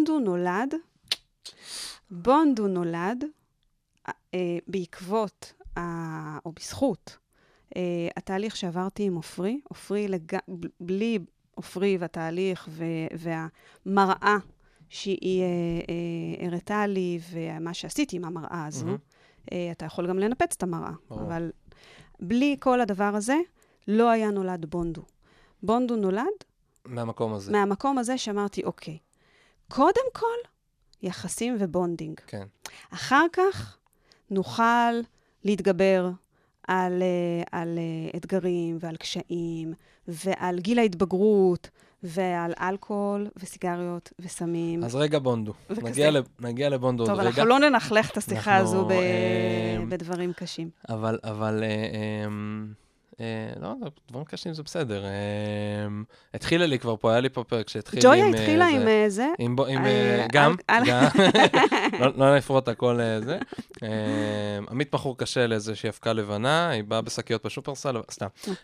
בונדו נולד בעקבות, או בזכות, התהליך שעברתי עם עופרי, בלי עופרי והתהליך והמראה שהיא הראתה לי, ומה שעשיתי עם המראה הזו, אתה יכול גם לנפץ את המראה, אבל בלי כל הדבר הזה, לא היה נולד בונדו. בונדו נולד מהמקום הזה. מהמקום הזה שאמרתי, אוקיי, קודם כל, יחסים ובונדינג. כן. אחר כך נוכל להתגבר על אתגרים ועל קשיים, ועל גיל ההתבגרות, ועל אלכוהול וסיגריות וסמים. אז רגע בונדו. נגיע לבונדו עוד רגע. טוב, אנחנו לא ננחלך את השיחה הזו בדברים קשים. אבל לא, דברים קשים זה בסדר. התחילה לי כבר פה, היה לי פה פרק שהתחיל עם... ג'ויה התחילה עם זה. גם. לא נפרוט הכל זה. עמית בחור קשה לאיזושהי אבקה לבנה, היא באה בשקיות בשופרסל, סתם.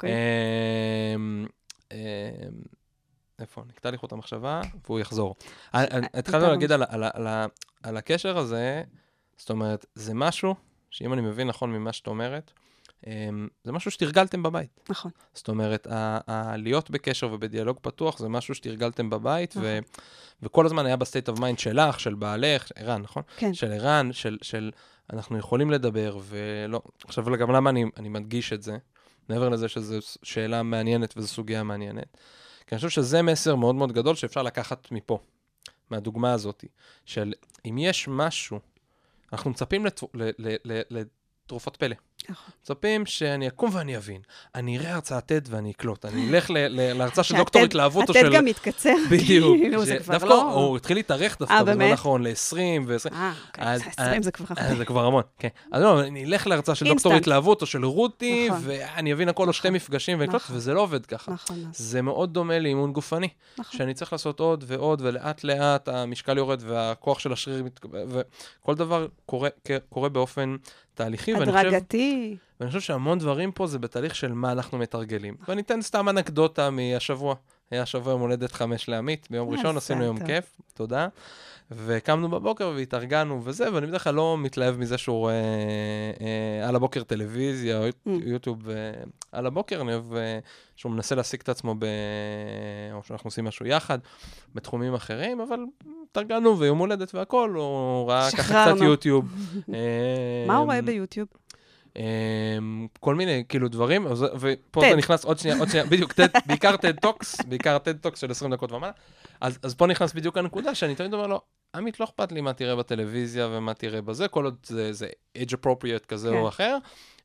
איפה? נקטע לי חוט המחשבה, והוא יחזור. התחלנו להגיד על הקשר הזה, זאת אומרת, זה משהו, שאם אני מבין נכון ממה שאת אומרת, זה משהו שתרגלתם בבית. נכון. זאת אומרת, להיות בקשר ובדיאלוג פתוח, זה משהו שתרגלתם בבית, וכל הזמן היה בסטייט אוף מיינד שלך, של בעלך, ערן, נכון? כן. של ערן, של אנחנו יכולים לדבר, ולא, עכשיו גם למה אני מדגיש את זה, מעבר לזה שזו שאלה מעניינת וזו סוגיה מעניינת. כי אני חושב שזה מסר מאוד מאוד גדול שאפשר לקחת מפה, מהדוגמה הזאת, של אם יש משהו, אנחנו מצפים לתרופות פלא. מצפים שאני אקום ואני אבין. אני אראה הרצאת TED ואני אקלוט. אני אלך להרצאה של דוקטור התלהבות או של... התד גם מתקצר. בדיוק. זה כבר דווקא, לא... הוא התחיל להתארך דווקא בזמן האחרון, ל-20 ו-20. 20 זה כבר הרבה. זה כבר המון, כן. אז לא, אני אלך להרצאה של דוקטור התלהבות או של רותי, ואני אבין הכל או שתי מפגשים ואקלוט, וזה לא עובד ככה. זה מאוד דומה לאימון גופני, שאני צריך לעשות עוד ועוד, ולאט לאט המשקל יורד והכוח של השריר וכל דבר קורה באופן תהליכי. הדרגתי. ואני חושב שהמון דברים פה זה בתהליך של מה אנחנו מתרגלים. ואני אתן סתם אנקדוטה מהשבוע. היה שבוע יום הולדת 5 לעמית, ביום ראשון עשינו יום כיף, תודה. וקמנו בבוקר והתארגנו וזה, ואני בדרך כלל לא מתלהב מזה שהוא רואה על הבוקר טלוויזיה או יוטיוב על הבוקר, אני אוהב שהוא מנסה להשיג את עצמו, או שאנחנו עושים משהו יחד, בתחומים אחרים, אבל התארגנו ויום הולדת והכל, הוא ראה ככה קצת יוטיוב. מה הוא רואה ביוטיוב? כל מיני כאילו דברים, ופה זה נכנס עוד שנייה, בדיוק, בעיקר TED Talks של 20 דקות ומעלה, אז פה נכנס בדיוק הנקודה, שאני תמיד אומר לו, עמית, לא אכפת לי מה תראה בטלוויזיה ומה תראה בזה, כל עוד זה age appropriate כזה או אחר,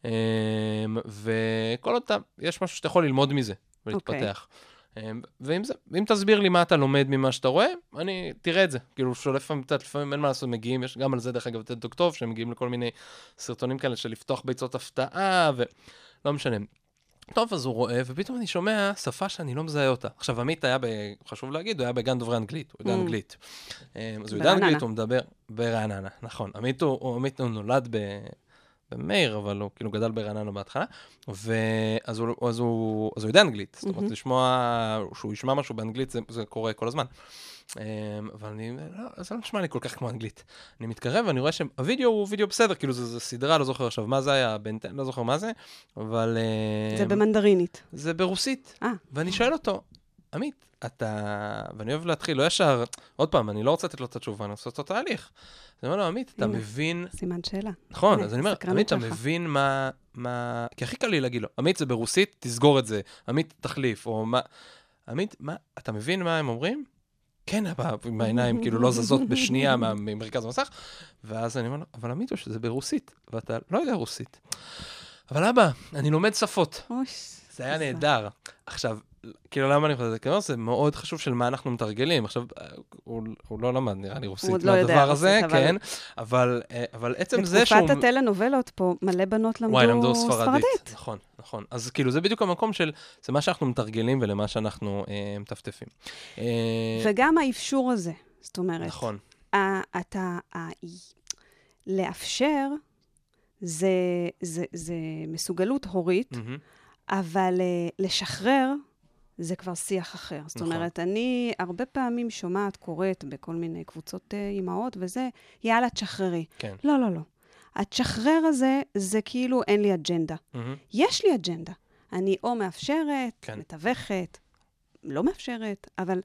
וכל עוד יש משהו שאתה יכול ללמוד מזה ולהתפתח. ואם תסביר לי מה אתה לומד ממה שאתה רואה, אני תראה את זה. כאילו, לפעמים אין מה לעשות, מגיעים, יש גם על זה דרך אגב TED Talk טוב, שהם מגיעים לכל מיני סרטונים כאלה של לפתוח ביצות הפתעה, ולא משנה. טוב, אז הוא רואה, ופתאום אני שומע שפה שאני לא מזהה אותה. עכשיו, עמית היה, חשוב להגיד, הוא היה בגן דוברי אנגלית, הוא יודע אנגלית. אז הוא יודע אנגלית, הוא מדבר ברעננה, נכון. עמית הוא נולד במאיר, אבל הוא כאילו גדל ברעננה בהתחלה, ואז הוא יודע אנגלית. זאת אומרת, לשמוע, שהוא ישמע משהו באנגלית, זה קורה כל הזמן. אבל זה לא נשמע לי כל כך כמו אנגלית. אני מתקרב ואני רואה שהווידאו הוא וידאו בסדר, כאילו זה סדרה, לא זוכר עכשיו מה זה היה, לא זוכר מה זה, אבל... זה במנדרינית. זה ברוסית. ואני שואל אותו, עמית, ואני אוהב להתחיל, לא ישר, עוד פעם, אני לא רוצה לתת לו את התשובה, אני רוצה לעשות את ההליך. אז אני אומר לו, עמית, אתה מבין... סימן שאלה. נכון, אז אני אומר, עמית, אתה מבין מה... כי הכי קל לי להגיד לו, עמית זה ברוסית, תסגור את זה, עמית תחליף, או מה... עמית, אתה מבין מה הם אומרים? כן, מהעיניים כאילו לא זזות בשנייה ממרכז המסך, ואז אני אומר לו, אבל עמית, שזה ברוסית, ואתה לא יודע רוסית. אבל אבא, אני לומד שפות. זה היה נהדר. עכשיו, כאילו למה אני חושב את זה? כאילו זה מאוד חשוב של מה אנחנו מתרגלים. עכשיו, הוא לא למד, נראה לי רוסית מהדבר הזה, כן, אבל עצם זה שהוא... בתקופת הטלנובלות פה, מלא בנות למדו ספרדית. נכון, נכון. אז כאילו זה בדיוק המקום של, זה מה שאנחנו מתרגלים ולמה שאנחנו מטפטפים. וגם האפשור הזה, זאת אומרת, נכון. לאפשר, זה מסוגלות הורית, אבל לשחרר, זה כבר שיח אחר. זאת אומרת, אני הרבה פעמים שומעת, קוראת בכל מיני קבוצות אימהות וזה, יאללה, תשחררי. כן. לא, לא, לא. התשחרר הזה, זה כאילו אין לי אג'נדה. יש לי אג'נדה. אני או מאפשרת, מתווכת, לא מאפשרת, אבל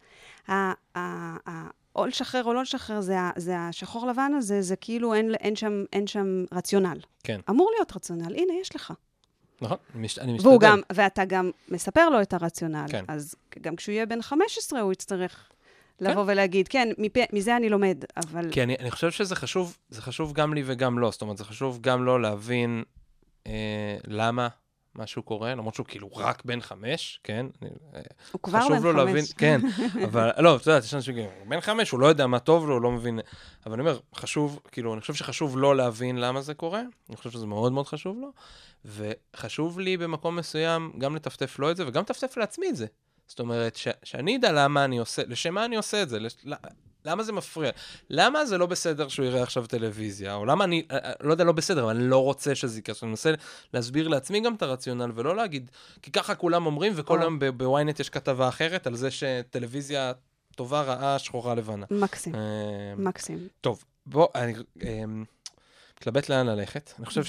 או לשחרר או לא לשחרר, זה השחור לבן הזה, זה כאילו אין שם רציונל. כן. אמור להיות רציונל. הנה, יש לך. נכון, אני משתדל. ואתה גם מספר לו את הרציונל. כן. אז גם כשהוא יהיה בן 15, הוא יצטרך לבוא ולהגיד, כן, מזה אני לומד, אבל... כי אני חושב שזה חשוב, זה חשוב גם לי וגם לו. זאת אומרת, זה חשוב גם לו להבין למה משהו קורה, למרות שהוא כאילו רק בן 5, כן? הוא כבר בן 5. כן, אבל לא, אתה יודעת, יש אנשים שגילים, בן 5, הוא לא יודע מה טוב לו, הוא לא מבין, אבל אני אומר, חשוב, כאילו, אני חושב שחשוב לו להבין למה זה קורה, אני חושב שזה מאוד מאוד חשוב לו, וחשוב לי במקום מסוים גם לטפטף לו את זה, וגם לטפטף לעצמי את זה. זאת אומרת, שאני אדע למה אני עושה, לשם מה אני עושה את זה, למה זה מפריע? למה זה לא בסדר שהוא יראה עכשיו טלוויזיה? או למה אני, לא יודע, לא בסדר, אבל אני לא רוצה שזה יקרה. אני מנסה להסביר לעצמי גם את הרציונל, ולא להגיד, כי ככה כולם אומרים, וכל יום בוויינט יש כתבה אחרת, על זה שטלוויזיה טובה, רעה, שחורה, לבנה. מקסים, מקסים. טוב, בוא, אני מתלבט לאן ללכת. אני חושב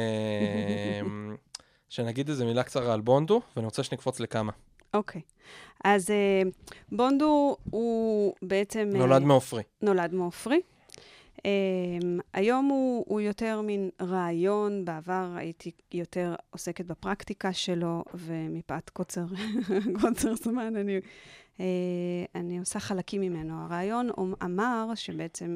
שנגיד איזו מילה קצרה על בונדו, ואני רוצה שנקפוץ לכמה. אוקיי. אז בונדו הוא בעצם... נולד מעופרי. נולד מעופרי. היום הוא יותר מין רעיון. בעבר הייתי יותר עוסקת בפרקטיקה שלו, ומפאת קוצר זמן אני עושה חלקים ממנו. הרעיון אמר שבעצם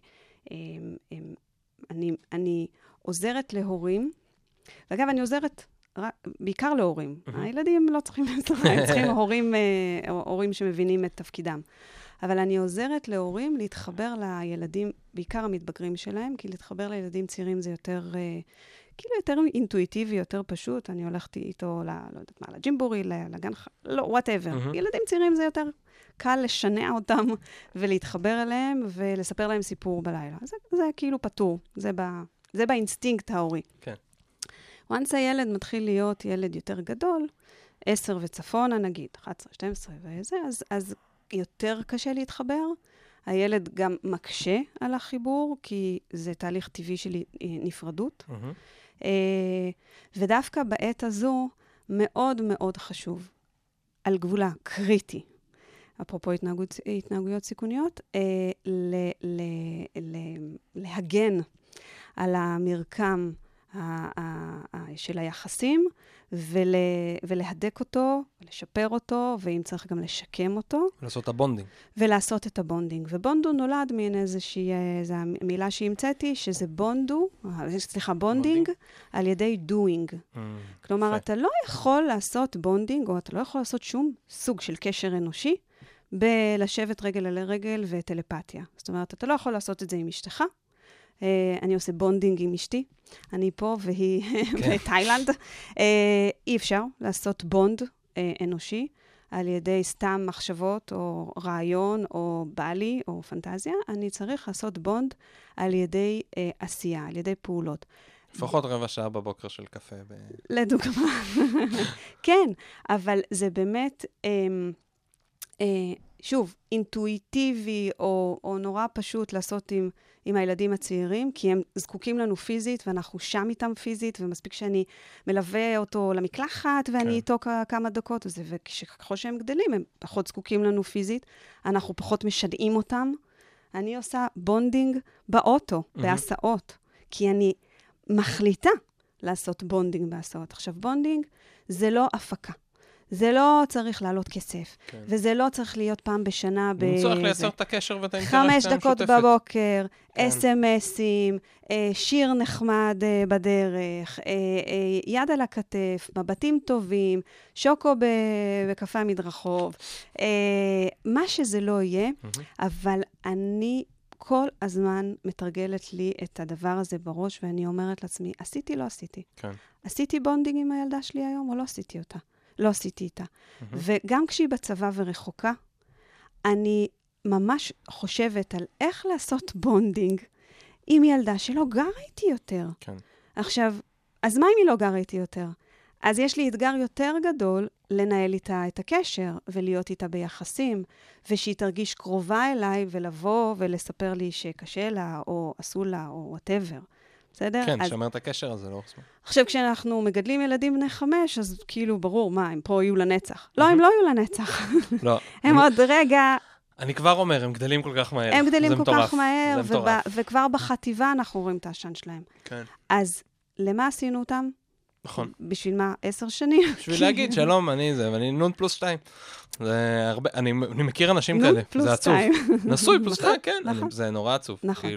אני עוזרת להורים, ואגב, אני עוזרת בעיקר להורים. הילדים לא צריכים לשחק, הם צריכים הורים שמבינים את תפקידם. אבל אני עוזרת להורים להתחבר לילדים, בעיקר המתבגרים שלהם, כי להתחבר לילדים צעירים זה יותר, כאילו יותר אינטואיטיבי, יותר פשוט. אני הולכת איתו, לא יודעת מה, לג'ימבורי, לגן, לא, whatever. ילדים צעירים זה יותר קל לשנע אותם ולהתחבר אליהם ולספר להם סיפור בלילה. זה כאילו פתור. זה באינסטינקט ההורי. כן. once הילד מתחיל להיות ילד יותר גדול, 10 וצפונה נגיד, 11, 12 וזה, אז יותר קשה להתחבר. הילד גם מקשה על החיבור, כי זה תהליך טבעי של נפרדות. ודווקא בעת הזו, מאוד מאוד חשוב, על גבולה, קריטי, אפרופו התנהגויות סיכוניות, להגן על המרקם של היחסים, ולהדק אותו, לשפר אותו, ואם צריך גם לשקם אותו. לעשות את הבונדינג. ולעשות את הבונדינג. ובונדו נולד מן איזושהי, זו המילה שהמצאתי, שזה בונדינג, על ידי doing. כלומר, אתה לא יכול לעשות בונדינג, או אתה לא יכול לעשות שום סוג של קשר אנושי, בלשבת רגל על רגל וטלפתיה. זאת אומרת, אתה לא יכול לעשות את זה עם אשתך, אני עושה בונדינג עם אשתי. אני פה והיא בתאילנד. אי אפשר לעשות בונד אנושי על ידי סתם מחשבות או רעיון או בעלי או פנטזיה. אני צריך לעשות בונד על ידי עשייה, על ידי פעולות. לפחות רבע שעה בבוקר של קפה. לדוגמה. כן, אבל זה באמת, שוב, אינטואיטיבי או נורא פשוט לעשות עם הילדים הצעירים, כי הם זקוקים לנו פיזית, ואנחנו שם איתם פיזית, ומספיק שאני מלווה אותו למקלחת, ואני איתו כמה דקות, וככל שהם גדלים, הם פחות זקוקים לנו פיזית, אנחנו פחות משדעים אותם. אני עושה בונדינג באוטו, בהסעות, כי אני מחליטה לעשות בונדינג בהסעות. עכשיו, בונדינג זה לא הפקה. זה לא צריך לעלות כסף, וזה לא צריך להיות פעם בשנה צריך לייצר את הקשר ואת האינטרס 5 דקות בבוקר, אס-אם-אסים, שיר נחמד בדרך, יד על הכתף, מבטים טובים, שוקו בקפה מדרחוב, מה שזה לא יהיה, אבל אני כל הזמן מתרגלת לי את הדבר הזה בראש, ואני אומרת לעצמי, עשיתי, לא עשיתי. עשיתי בונדינג עם הילדה שלי היום, או לא עשיתי אותה? לא עשיתי איתה. וגם כשהיא בצבא ורחוקה, אני ממש חושבת על איך לעשות בונדינג עם ילדה שלא גרה איתי יותר. עכשיו, אז מה אם היא לא גרה איתי יותר? אז יש לי אתגר יותר גדול לנהל איתה את הקשר, ולהיות איתה ביחסים, ושהיא תרגיש קרובה אליי, ולבוא ולספר לי שקשה לה, או עשו לה, או whatever. בסדר? כן, שומר את הקשר הזה, לא עושה. עכשיו, כשאנחנו מגדלים ילדים בני 5, אז כאילו, ברור, מה, הם פה יהיו לנצח. לא, הם לא יהיו לנצח. לא. הם עוד רגע... אני כבר אומר, הם גדלים כל כך מהר. הם גדלים כל כך מהר, וכבר בחטיבה אנחנו רואים את העשן שלהם. כן. אז למה עשינו אותם? נכון. בשביל מה? 10 שנים? בשביל להגיד, שלום, אני נון פלוס 2. אני מכיר אנשים כאלה, זה עצוב. נשוי פלוס 2, כן, זה נורא עצוב. נכון.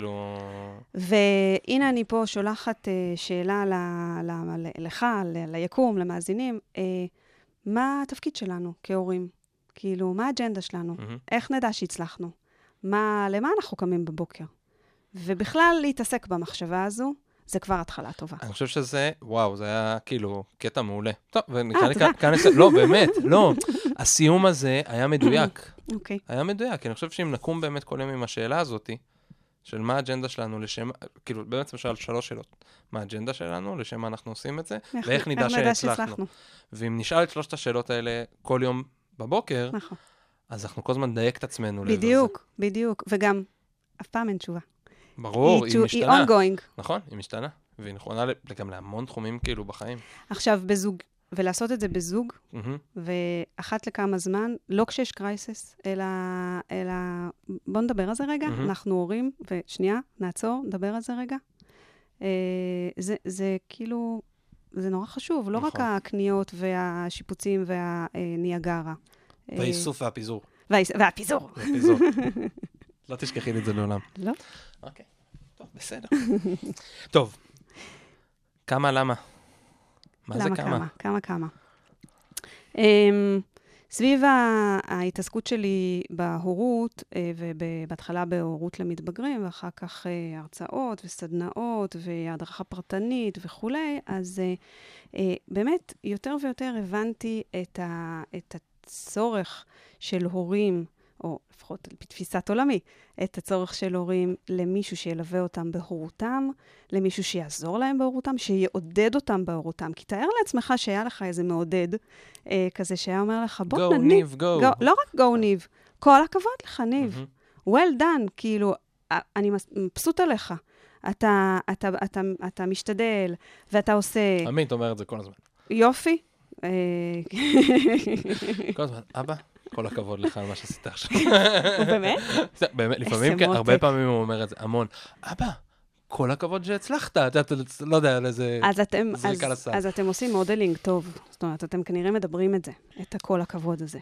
והנה אני פה שולחת שאלה לך, ליקום, למאזינים, מה התפקיד שלנו כהורים? כאילו, מה האג'נדה שלנו? איך נדע שהצלחנו? למה אנחנו קמים בבוקר? ובכלל להתעסק במחשבה הזו, זה כבר התחלה טובה. אני חושב שזה, וואו, זה היה כאילו קטע מעולה. טוב, לא, באמת, לא. הסיום הזה היה מדויק. אוקיי. היה מדויק, כי אני חושב שאם נקום באמת כל יום עם השאלה הזאת, של מה האג'נדה שלנו, כאילו, באמת למשל 3 שאלות. מה האג'נדה שלנו, לשם מה אנחנו עושים את זה, ואיך נדע שהצלחנו. ואם נשאל את 3 השאלות האלה כל יום בבוקר, אז אנחנו כל הזמן נדייק את עצמנו. בדיוק. וגם, אף פעם אין תשובה. ברור, היא משתנה. היא ongoing. נכון, היא משתנה. והיא נכונה גם להמון תחומים כאילו בחיים. עכשיו, בזוג, ולעשות את זה בזוג, ואחת לכמה זמן, לא כשיש קרייסס, אלא בוא נדבר על זה רגע, אנחנו הורים, ושנייה, נעצור, נדבר על זה רגע. זה כאילו, זה נורא חשוב, לא רק הקניות והשיפוצים והניאגרה. והאיסוף והפיזור. והפיזור. לא תשכחי לי את זה לעולם. לא. אוקיי, טוב, בסדר. טוב, למה? מה זה כמה? סביב ההתעסקות שלי בהורות, ובהתחלה בהורות למתבגרים, ואחר כך הרצאות וסדנאות, והדרכה פרטנית וכו', אז באמת יותר ויותר הבנתי את הצורך של הורים, או לפחות בתפיסת עולמי, את הצורך של הורים למישהו שילווה אותם בהורותם, למישהו שיעזור להם בהורותם, שיעודד אותם בהורותם. כי תאר לעצמך שהיה לך איזה מעודד כזה שהיה אומר לך, בוא נניב. Go, Niv, go. לא רק go, ניב. כל הכבוד לך, ניב. well done, כאילו, אני מבסוט עליך. אתה משתדל, ואתה עושה... עמית אומר את זה כל הזמן. יופי. כל הזמן, אבא? כל הכבוד לך על מה שעשית עכשיו. הוא באמת? באמת, לפעמים, הרבה פעמים הוא אומר את זה, המון. אבא, כל הכבוד שהצלחת, לא יודע, על איזה זריקה לסל. אז אתם עושים מודלינג טוב. זאת אומרת, אתם כנראה מדברים את זה, את הכל הכבוד הזה.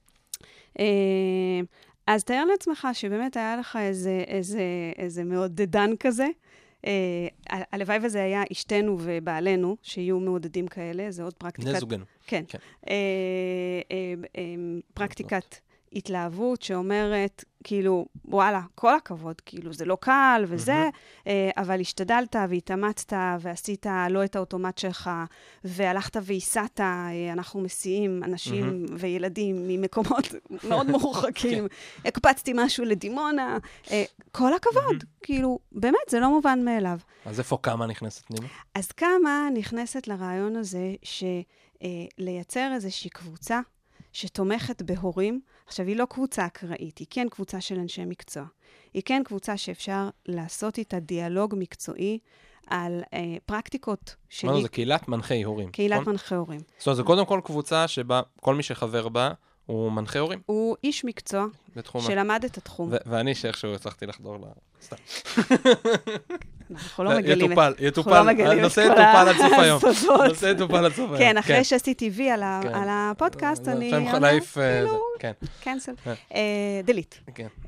אז תאר לעצמך שבאמת היה לך איזה מעודדן כזה. הלוואי וזה היה אשתנו ובעלנו, שיהיו מעודדים כאלה, זה עוד פרקטיקת... בני זוגנו. כן. פרקטיקת התלהבות שאומרת, כאילו, וואלה, כל הכבוד, כאילו, זה לא קל וזה, אבל השתדלת והתאמצת ועשית לא את האוטומט שלך, והלכת והסעת, אנחנו מסיעים אנשים וילדים ממקומות מאוד מרוחקים, הקפצתי משהו לדימונה, כל הכבוד, כאילו, באמת, זה לא מובן מאליו. אז איפה כמה נכנסת, נימה? אז כמה נכנסת לרעיון הזה לייצר איזושהי קבוצה שתומכת בהורים. עכשיו, היא לא קבוצה אקראית, היא כן קבוצה של אנשי מקצוע. היא כן קבוצה שאפשר לעשות איתה דיאלוג מקצועי על פרקטיקות שלי. מה זה קהילת מנחי הורים? קהילת מנחי הורים. זאת אומרת, זה קודם כל קבוצה שבה כל מי שחבר בה הוא מנחה הורים? הוא איש מקצוע שלמד את התחום. ואני שאיכשהו הצלחתי לחדור סתם. אנחנו לא מגלים יטופל, הנושא יטופל עד סוף היום. הנושא יטופל עד סוף היום. כן, אחרי שעשיתי וי על הפודקאסט, אני... לפעמים יכול להעיף... קנסל. דליט.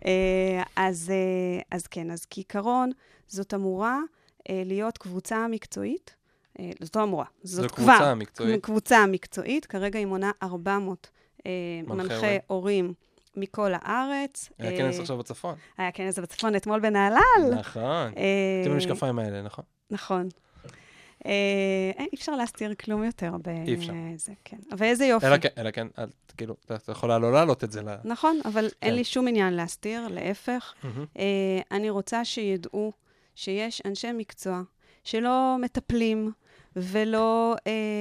אז כן, אז כעיקרון, זאת אמורה להיות קבוצה מקצועית. זאת לא אמורה, זאת כבר קבוצה מקצועית. כרגע היא מונה 400 מנחי הורים מכל הארץ. היה כנס עכשיו בצפון. היה כנס בצפון אתמול בנהלל. נכון. אתם המשקפיים האלה, נכון? נכון. אי אפשר להסתיר כלום יותר. אי אפשר. כן. אבל איזה יופי. אלא כן, כאילו, אתה יכולה לא להעלות את זה. נכון, אבל אין לי שום עניין להסתיר, להפך. אני רוצה שידעו שיש אנשי מקצוע שלא מטפלים ולא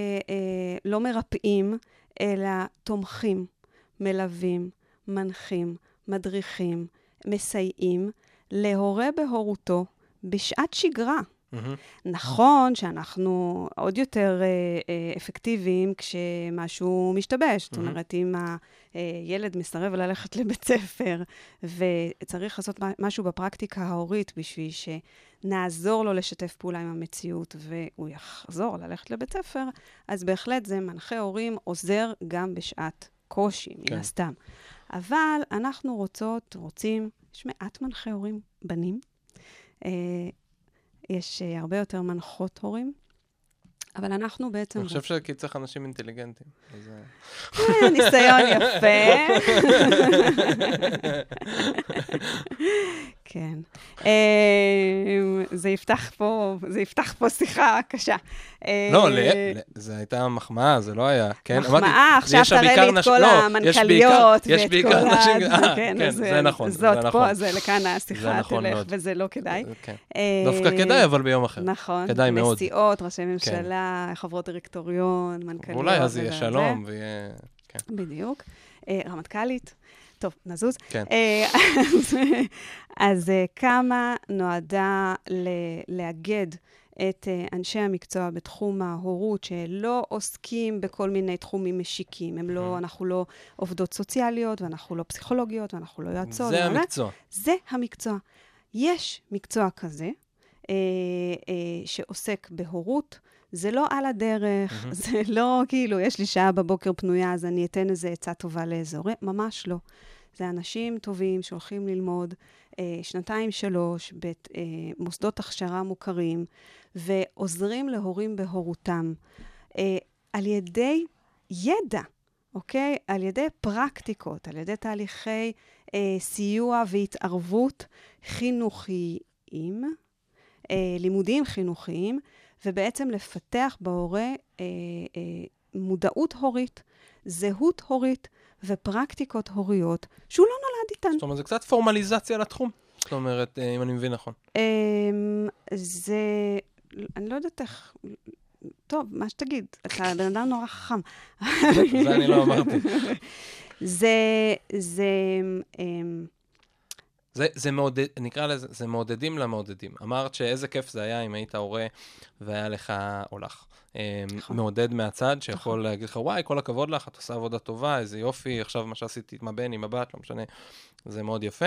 מרפאים, אלא תומכים, מלווים, מנחים, מדריכים, מסייעים, להורה בהורותו בשעת שגרה. נכון שאנחנו עוד יותר אפקטיביים כשמשהו משתבש. זאת אומרת, אם הילד מסרב ללכת לבית ספר, וצריך לעשות משהו בפרקטיקה ההורית בשביל שנעזור לו לשתף פעולה עם המציאות, והוא יחזור ללכת לבית ספר, אז בהחלט זה מנחה הורים עוזר גם בשעת קושי, מן הסתם. אבל אנחנו רוצים, יש מעט מנחי הורים בנים, יש הרבה יותר מנחות הורים, אבל אנחנו בעצם... אני חושב שכי צריך אנשים אינטליגנטים. ניסיון יפה. כן. זה יפתח פה שיחה קשה. לא, זה הייתה מחמאה, זה לא היה. מחמאה, עכשיו תראה לי את כל המנכליות ואת כל כן, זה נכון. זאת פה, זה לכאן השיחה תלך, וזה לא כדאי. דווקא כדאי, אבל ביום אחר. נכון. כדאי מאוד. נשיאות, ראשי ממשלה, חברות דירקטוריון, מנכליות. אולי אז יהיה שלום ויהיה... בדיוק. רמטכ"לית. טוב, נזוז. כן. אז כמה נועדה לאגד את אנשי המקצוע בתחום ההורות, שלא עוסקים בכל מיני תחומים משיקים. אנחנו לא עובדות סוציאליות, ואנחנו לא פסיכולוגיות, ואנחנו לא יועצות. זה המקצוע. זה המקצוע. יש מקצוע כזה, שעוסק בהורות, זה לא על הדרך, זה לא כאילו, יש לי שעה בבוקר פנויה, אז אני אתן איזה עצה טובה לאזור. ממש לא. זה אנשים טובים שהולכים ללמוד 2-3 במוסדות הכשרה מוכרים, ועוזרים להורים בהורותם, על ידי ידע, אוקיי? על ידי פרקטיקות, על ידי תהליכי סיוע והתערבות חינוכיים, לימודיים חינוכיים, ובעצם לפתח בהורה מודעות הורית, זהות הורית ופרקטיקות הוריות, שהוא לא נולד איתן. זאת אומרת, זה קצת פורמליזציה לתחום. זאת אומרת, אם אני מבין נכון. זה, אני לא יודעת איך, טוב, מה שתגיד, אתה בן אדם נורא חכם. זה אני לא אמרתי. זה מעודד, נקרא לזה, זה מעודדים למעודדים. אמרת שאיזה כיף זה היה אם היית הורה והיה לך או לך. מעודד מהצד שיכול להגיד לך, וואי, כל הכבוד לך, את עושה עבודה טובה, איזה יופי, עכשיו מה שעשיתי עם הבן, עם הבת, לא משנה, זה מאוד יפה.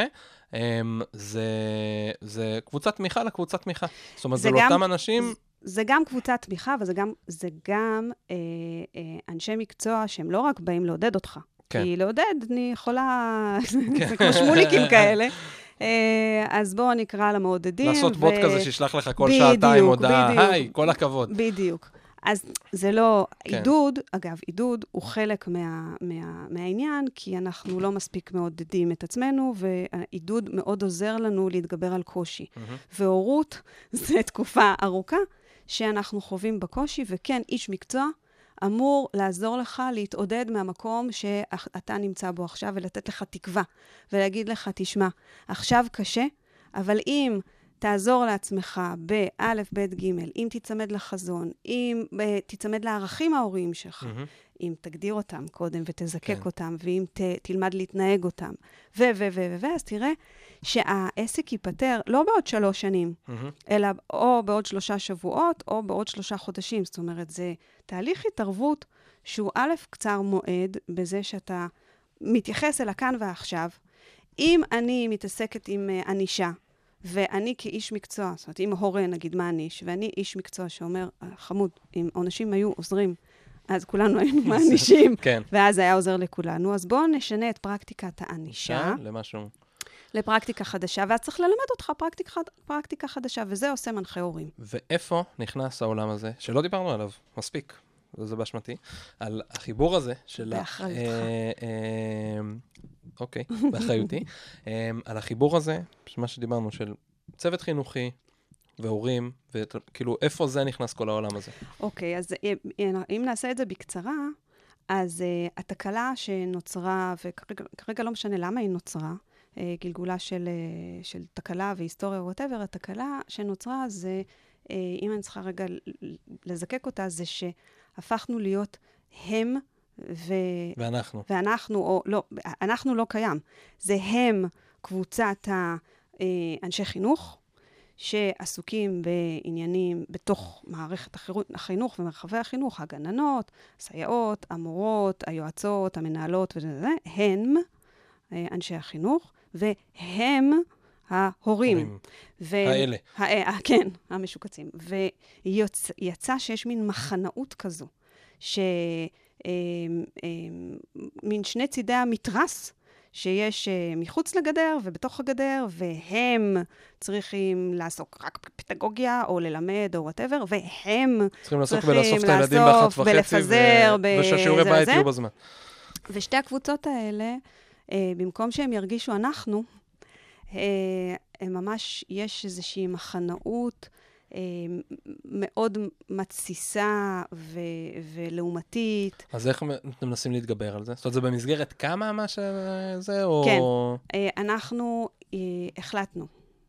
זה קבוצת תמיכה לקבוצת תמיכה. זאת אומרת, זה לאותם אנשים... זה גם קבוצת תמיכה, אבל זה גם אנשי מקצוע שהם לא רק באים לעודד אותך. כי לעודד, אני יכולה, זה כמו שמוליקים כאלה. אז בואו נקרא למעודדים. לעשות בוט כזה שישלח לך כל שעתיים הודעה, היי, כל הכבוד. בדיוק. אז זה לא עידוד, אגב, עידוד הוא חלק מהעניין, כי אנחנו לא מספיק מעודדים את עצמנו, והעידוד מאוד עוזר לנו להתגבר על קושי. והורות זה תקופה ארוכה שאנחנו חווים בקושי, וכן, איש מקצוע אמור לעזור לך להתעודד מהמקום שאתה נמצא בו עכשיו, ולתת לך תקווה, ולהגיד לך, תשמע, עכשיו קשה, אבל אם תעזור לעצמך באלף, בית, ג', אם תצמד לחזון, אם תצמד לערכים ההוריים שלך, אם תגדיר אותם קודם ותזקק אותם, ואם תלמד להתנהג אותם, אז תראה שהעסק ייפטר לא בעוד 3 שנים, אלא או בעוד 3 שבועות, או בעוד 3 חודשים. זאת אומרת, זה תהליך התערבות שהוא א', קצר מועד, בזה שאתה מתייחס אל הכאן ועכשיו. אם אני מתעסקת עם אנישה, ואני כאיש מקצוע, זאת אומרת, אם הורה נגיד מעניש, ואני איש מקצוע שאומר, חמוד, אם עונשים היו עוזרים, אז כולנו היינו מענישים, ואז היה עוזר לכולנו. אז בואו נשנה את פרקטיקת הענישה. למשהו. לפרקטיקה חדשה, ואז צריך ללמד אותך פרקטיקה חדשה, וזה עושה מנחה הורים. ואיפה נכנס העולם הזה, שלא דיברנו עליו מספיק, זה באשמתי, על החיבור הזה של... באחריותך. אוקיי, באחריותי. על החיבור הזה, מה שדיברנו, של צוות חינוכי והורים, וכאילו, איפה זה נכנס כל העולם הזה? אוקיי, אז אם נעשה את זה בקצרה, אז התקלה שנוצרה, וכרגע לא משנה למה היא נוצרה, גלגולה של תקלה והיסטוריה או whatever, התקלה שנוצרה זה, אם אני צריכה רגע לזקק אותה, זה שהפכנו להיות הם ואנחנו, או לא, אנחנו לא קיים. זה הם קבוצת האנשי חינוך, שעסוקים בעניינים בתוך מערכת החינוך ומרחבי החינוך, הגננות, סייעות, המורות, היועצות, המנהלות וזה, הם אנשי החינוך, והם ההורים. האלה. כן, המשוקצים. ויצא שיש מין מחנאות כזו, מין שני צידי המתרס, שיש מחוץ לגדר ובתוך הגדר, והם צריכים לעסוק רק בפדגוגיה, או ללמד, או whatever, והם צריכים לעסוק בלאסוף את הילדים ב13:30, ולפזר, ושהשיעורי בית יהיו בזמן. ושתי הקבוצות האלה, במקום שהם ירגישו אנחנו, הם ממש, יש איזושהי מחנאות מאוד מתסיסה ולעומתית. אז איך אתם מנסים להתגבר על זה? זאת אומרת, זה במסגרת כמה מה שזה, או... כן, אנחנו החלטנו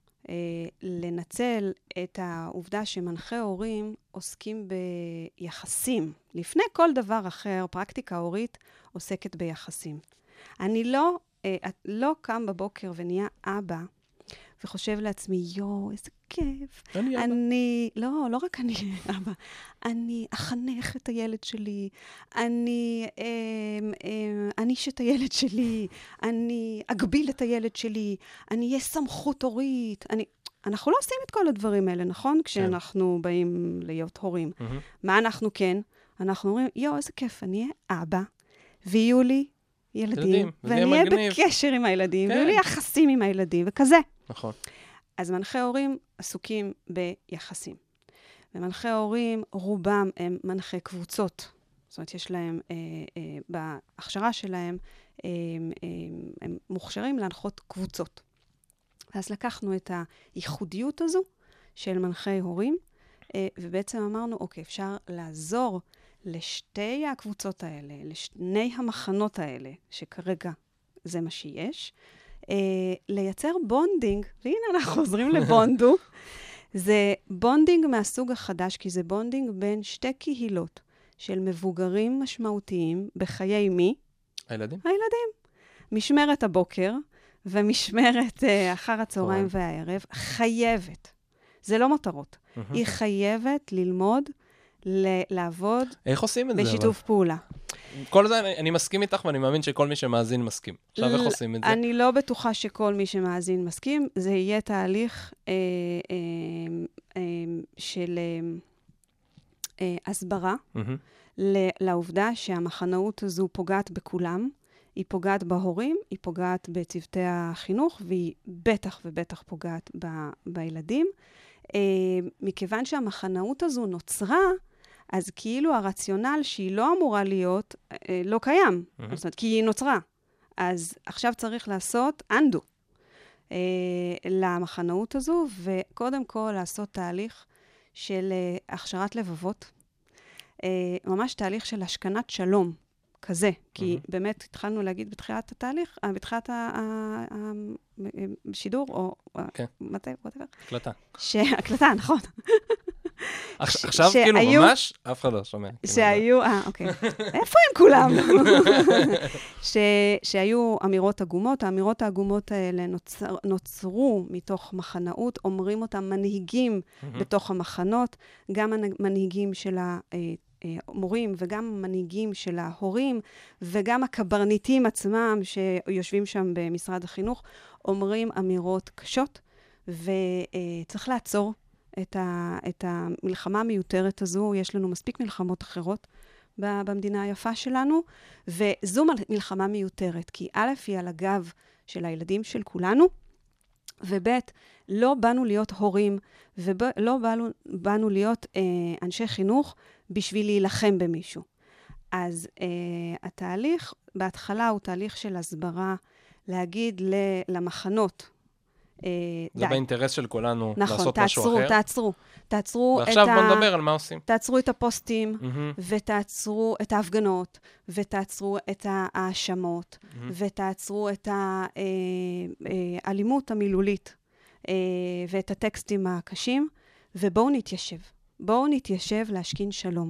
לנצל את העובדה שמנחי הורים עוסקים ביחסים. לפני כל דבר אחר, פרקטיקה הורית עוסקת ביחסים. אני לא קם בבוקר ונהיה אבא, וחושב לעצמי, איזה כיף. אני לא רק אני אבא, אני אחנך את הילד שלי, אני את הילד שלי, אני אגביל את הילד שלי, אני אהיה סמכות הורית. אנחנו לא עושים את כל הדברים האלה, נכון? כשאנחנו באים להיות הורים. מה אנחנו כן? אנחנו אומרים, איזה כיף, אני אהיה אבא, ויהיו לי ילדים, ואני אהיה בקשר עם הילדים, ויהיו לי יחסים עם הילדים, וכזה. נכון. אז מנחי הורים עסוקים ביחסים. ומנחי הורים, רובם הם מנחי קבוצות. זאת אומרת, יש להם, בהכשרה שלהם, הם מוכשרים להנחות קבוצות. אז לקחנו את הייחודיות הזו של מנחי הורים, ובעצם אמרנו, אוקיי, אפשר לעזור לשתי הקבוצות האלה, לשני המחנות האלה, שכרגע זה מה שיש, לייצר בונדינג, והנה אנחנו חוזרים לבונדו, זה בונדינג מהסוג החדש, כי זה בונדינג בין שתי קהילות של מבוגרים משמעותיים בחיי מי? הילדים. הילדים. משמרת הבוקר ומשמרת אחר הצהריים והערב חייבת. זה לא מטרות. היא חייבת ללמוד, לעבוד איך עושים את זה? בשיתוף פעולה. כל זה, אני מסכים איתך, ואני מאמין שכל מי שמאזין מסכים. עכשיו, איך עושים את זה? אני לא בטוחה שכל מי שמאזין מסכים. זה יהיה תהליך של הסברה, לעובדה שהמחנאות הזו פוגעת בכולם, היא פוגעת בהורים, היא פוגעת בצוותי החינוך, והיא בטח ובטח פוגעת בילדים. מכיוון שהמחנאות הזו נוצרה, אז כאילו הרציונל שהיא לא אמורה להיות, לא קיים. זאת אומרת, כי היא נוצרה. אז עכשיו צריך לעשות undo למחנאות הזו, וקודם כל לעשות תהליך של הכשרת לבבות, ממש תהליך של השכנת שלום כזה, כי באמת התחלנו להגיד בתחילת התהליך, בתחילת השידור, או מתי, הקלטה. הקלטה, נכון. עכשיו כאילו ממש, אף אחד לא שומע. שהיו, אוקיי. איפה הם כולם? שהיו אמירות עגומות, האמירות העגומות האלה נוצרו מתוך מחנאות, אומרים אותם מנהיגים בתוך המחנות, גם המנהיגים של המורים וגם המנהיגים של ההורים, וגם הקברניטים עצמם שיושבים שם במשרד החינוך, אומרים אמירות קשות, וצריך לעצור את המלחמה המיותרת הזו. יש לנו מספיק מלחמות אחרות במדינה היפה שלנו, וזו מלחמה מיותרת, כי א' היא על הגב של הילדים של כולנו, וב' לא באנו להיות הורים, ולא באנו להיות אנשי חינוך בשביל להילחם במישהו. אז התהליך בהתחלה הוא תהליך של הסברה, להגיד למחנות, זה באינטרס של כולנו לעשות משהו אחר. נכון, תעצרו ועכשיו בוא נדבר על מה עושים. תעצרו את הפוסטים, ותעצרו את ההפגנות, ותעצרו את ההאשמות, ותעצרו את האלימות המילולית, ואת הטקסטים הקשים, ובואו נתיישב. בואו נתיישב להשכין שלום.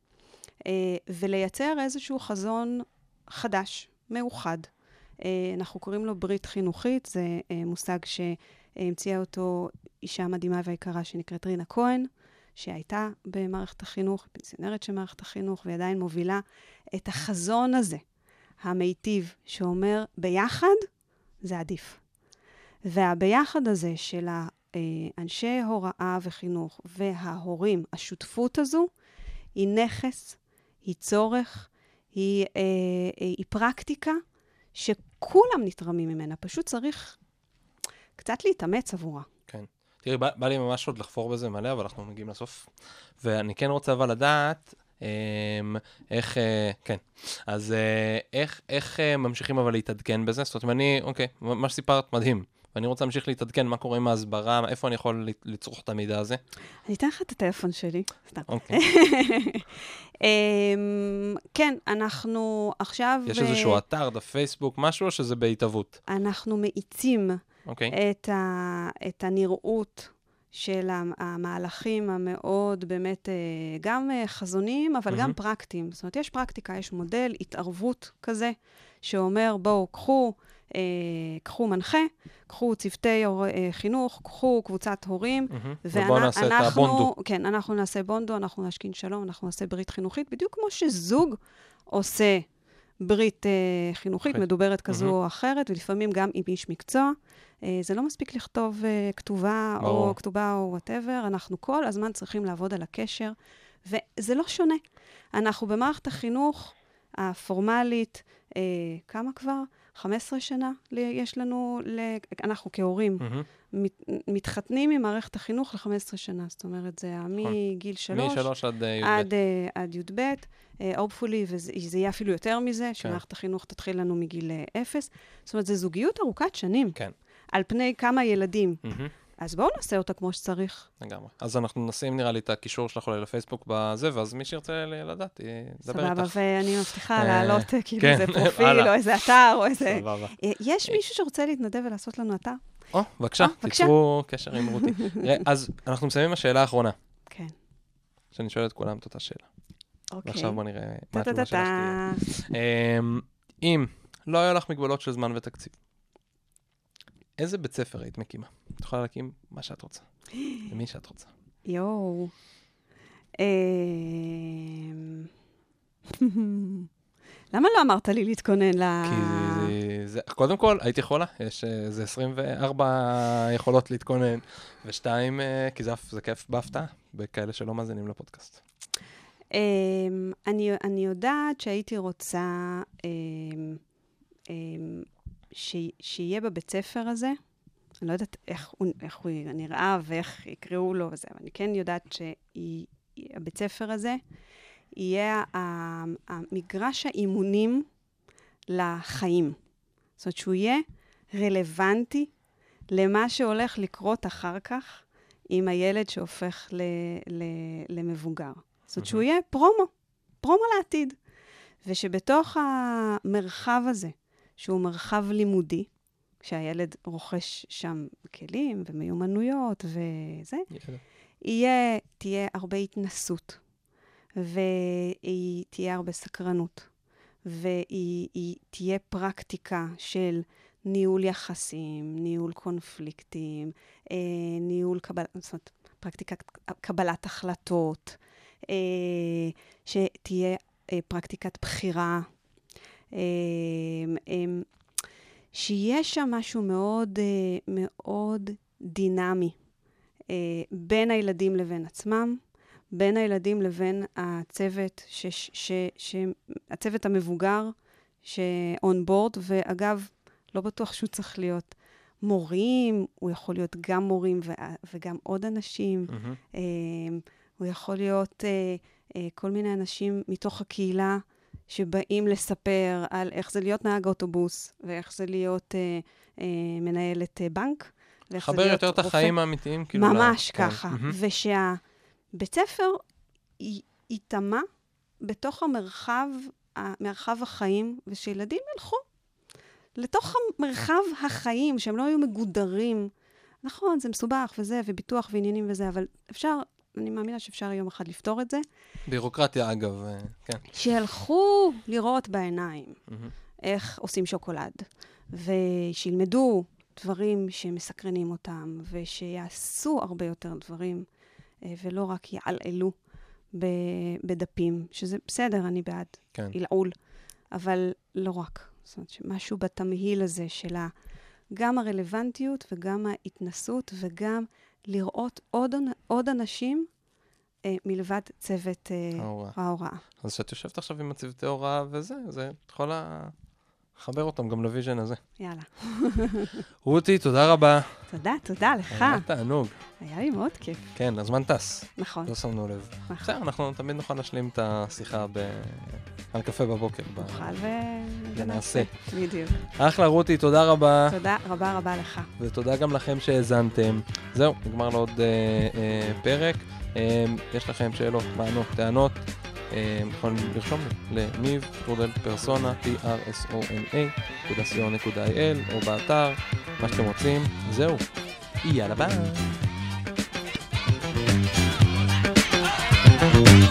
ולייצר איזשהו חזון חדש, מאוחד. אנחנו קוראים לו ברית חינוכית, זה מושג שהמציאה אותו אישה מדהימה ויקרה שנקראת רינה כהן, שהייתה במערכת החינוך, פנסיונרית של מערכת החינוך, ועדיין מובילה את החזון הזה, המיטיב, שאומר ביחד זה עדיף. והביחד הזה של אנשי הוראה וחינוך וההורים, השותפות הזו, היא נכס, היא צורך, היא פרקטיקה, שכולם נתרמים ממנה, פשוט צריך קצת להתאמץ עבורה. כן. תראי, בא לי ממש עוד לחפור בזה מלא, אבל אנחנו מגיעים לסוף. ואני כן רוצה אבל לדעת איך, כן. אז איך ממשיכים אבל להתעדכן בזה? זאת אומרת, אוקיי, מה שסיפרת מדהים. ואני רוצה להמשיך להתעדכן מה קורה עם ההסברה, איפה אני יכול לצרוך את המידע הזה? אני אתן לך את הטלפון שלי. סתם. אוקיי. כן, אנחנו עכשיו... יש איזשהו אתר, דף פייסבוק, משהו, או שזה בהתהוות? אנחנו מאיצים את הנראות של המהלכים המאוד באמת גם חזוניים, אבל גם פרקטיים. זאת אומרת, יש פרקטיקה, יש מודל, התערבות כזה, שאומר, בואו, קחו מנחה, קחו צוותי חינוך, קחו קבוצת הורים, ובואו נעשה את הבונדו. כן, אנחנו נעשה בונדו, אנחנו נשכין שלום, אנחנו נעשה ברית חינוכית, בדיוק כמו שזוג עושה ברית חינוכית, מדוברת כזו או אחרת, ולפעמים גם עם איש מקצוע. זה לא מספיק לכתוב כתובה או כתובה או whatever, אנחנו כל הזמן צריכים לעבוד על הקשר, וזה לא שונה. אנחנו במערכת החינוך הפורמלית, כמה כבר? 15 שנה יש לנו, אנחנו כהורים, מתחתנים עם מערכת החינוך ל-15 שנה. זאת אומרת, זה מגיל 3 עד י"ב, hopefully, וזה יהיה אפילו יותר מזה, שמערכת החינוך תתחיל לנו מגיל 0. זאת אומרת, זו זוגיות ארוכת שנים, על פני כמה ילדים. אז בואו נעשה אותה כמו שצריך. לגמרי. אז אנחנו נשים, נראה לי, את הקישור שלך אולי לפייסבוק בזה, ואז מי שירצה לדעת, ידבר איתך. סבבה, ואני מבטיחה לעלות כאילו איזה פרופיל, או איזה אתר, או איזה... סבבה. יש מישהו שרוצה להתנדב ולעשות לנו אתר? בבקשה, תיצרו קשר עם רותי. אז אנחנו מסיימים עם השאלה האחרונה. כן. שאני שואל את כולם את אותה שאלה. אוקיי. ועכשיו בוא נראה מה התשובה שלך תהיה. אם לא היה לך מגבלות של זמן ותקציב, איזה בית ספר היית מקימה? את יכולה להקים מה שאת רוצה. למי שאת רוצה. יואו. למה לא אמרת לי להתכונן כי זה, קודם כל, הייתי יכולה. יש איזה 24 יכולות להתכונן, ו2, כי זה כיף בהפתעה, בכאלה שלא מאזינים לפודקאסט. אני יודעת שהייתי רוצה שיהיה בבית ספר הזה, אני לא יודעת איך הוא נראה ואיך יקראו לו וזה, אבל אני כן יודעת הבית ספר הזה יהיה המגרש האימונים לחיים. זאת אומרת שהוא יהיה רלוונטי למה שהולך לקרות אחר כך עם הילד שהופך למבוגר. זאת אומרת שהוא יהיה פרומו לעתיד. ושבתוך המרחב הזה, שהוא מרחב לימודי, שהילד רוכש שם כלים ומיומנויות וזה, תהיה הרבה התנסות, ותהיה הרבה סקרנות, והיא תהיה פרקטיקה של ניהול יחסים, ניהול קונפליקטים, ניהול פרקטיקת קבלת החלטות, שתהיה פרקטיקת בחירה, שיש שם משהו מאוד, מאוד דינמי בין הילדים לבין עצמם, בין הילדים לבין הצוות, הצוות המבוגר ש-on board, ואגב, לא בטוח שהוא צריך להיות מורים, הוא יכול להיות גם מורים וגם עוד אנשים, הוא יכול להיות כל מיני אנשים מתוך הקהילה שבאים לספר על איך זה להיות נהג אוטובוס, ואיך זה להיות מנהלת בנק. חבר יותר את החיים האמיתיים. ממש ככה. ושהבית ספר יתאמה בתוך מרחב החיים, ושילדים ילכו לתוך מרחב החיים, שהם לא היו מגודרים. נכון, זה מסובך וזה, וביטוח ועניינים וזה, אבל אפשר, אני מאמינה שאפשר יום אחד לפתור את זה. בירוקרטיה, אגב, כן. שילכו לראות בעיניים איך עושים שוקולד, ושילמדו דברים שמסקרנים אותם, ושיעשו הרבה יותר דברים, ולא רק יעלעלו בדפים, שזה בסדר, אני בעד ילעול, אבל לא רק. זאת אומרת, שמשהו בתמהיל הזה שלה, גם הרלוונטיות וגם ההתנסות, וגם לראות עוד אנשים מלבד צוות ההוראה. אז שאת יושבת עכשיו עם הצוותי ההוראה וזה, את יכולה לחבר אותם גם לוויז'ן הזה. יאללה. רותי, תודה רבה. תודה לך. היה תענוג. היה לי מאוד כיף. כן, הזמן טס. נכון. לא שמנו לב. בסדר, אנחנו תמיד נוכל להשלים את השיחה על קפה בבוקר. נוכל ונעשה. בדיוק. אחלה רותי, תודה רבה. תודה רבה לך. ותודה גם לכם שהאזנתם. זהו, נגמר לעוד פרק. יש לכם שאלות, מענות, טענות, יכולים לרשום לי לניב טרודל פרסונה, persona.co.il, או באתר, מה שאתם רוצים. זהו, יאללה ביי.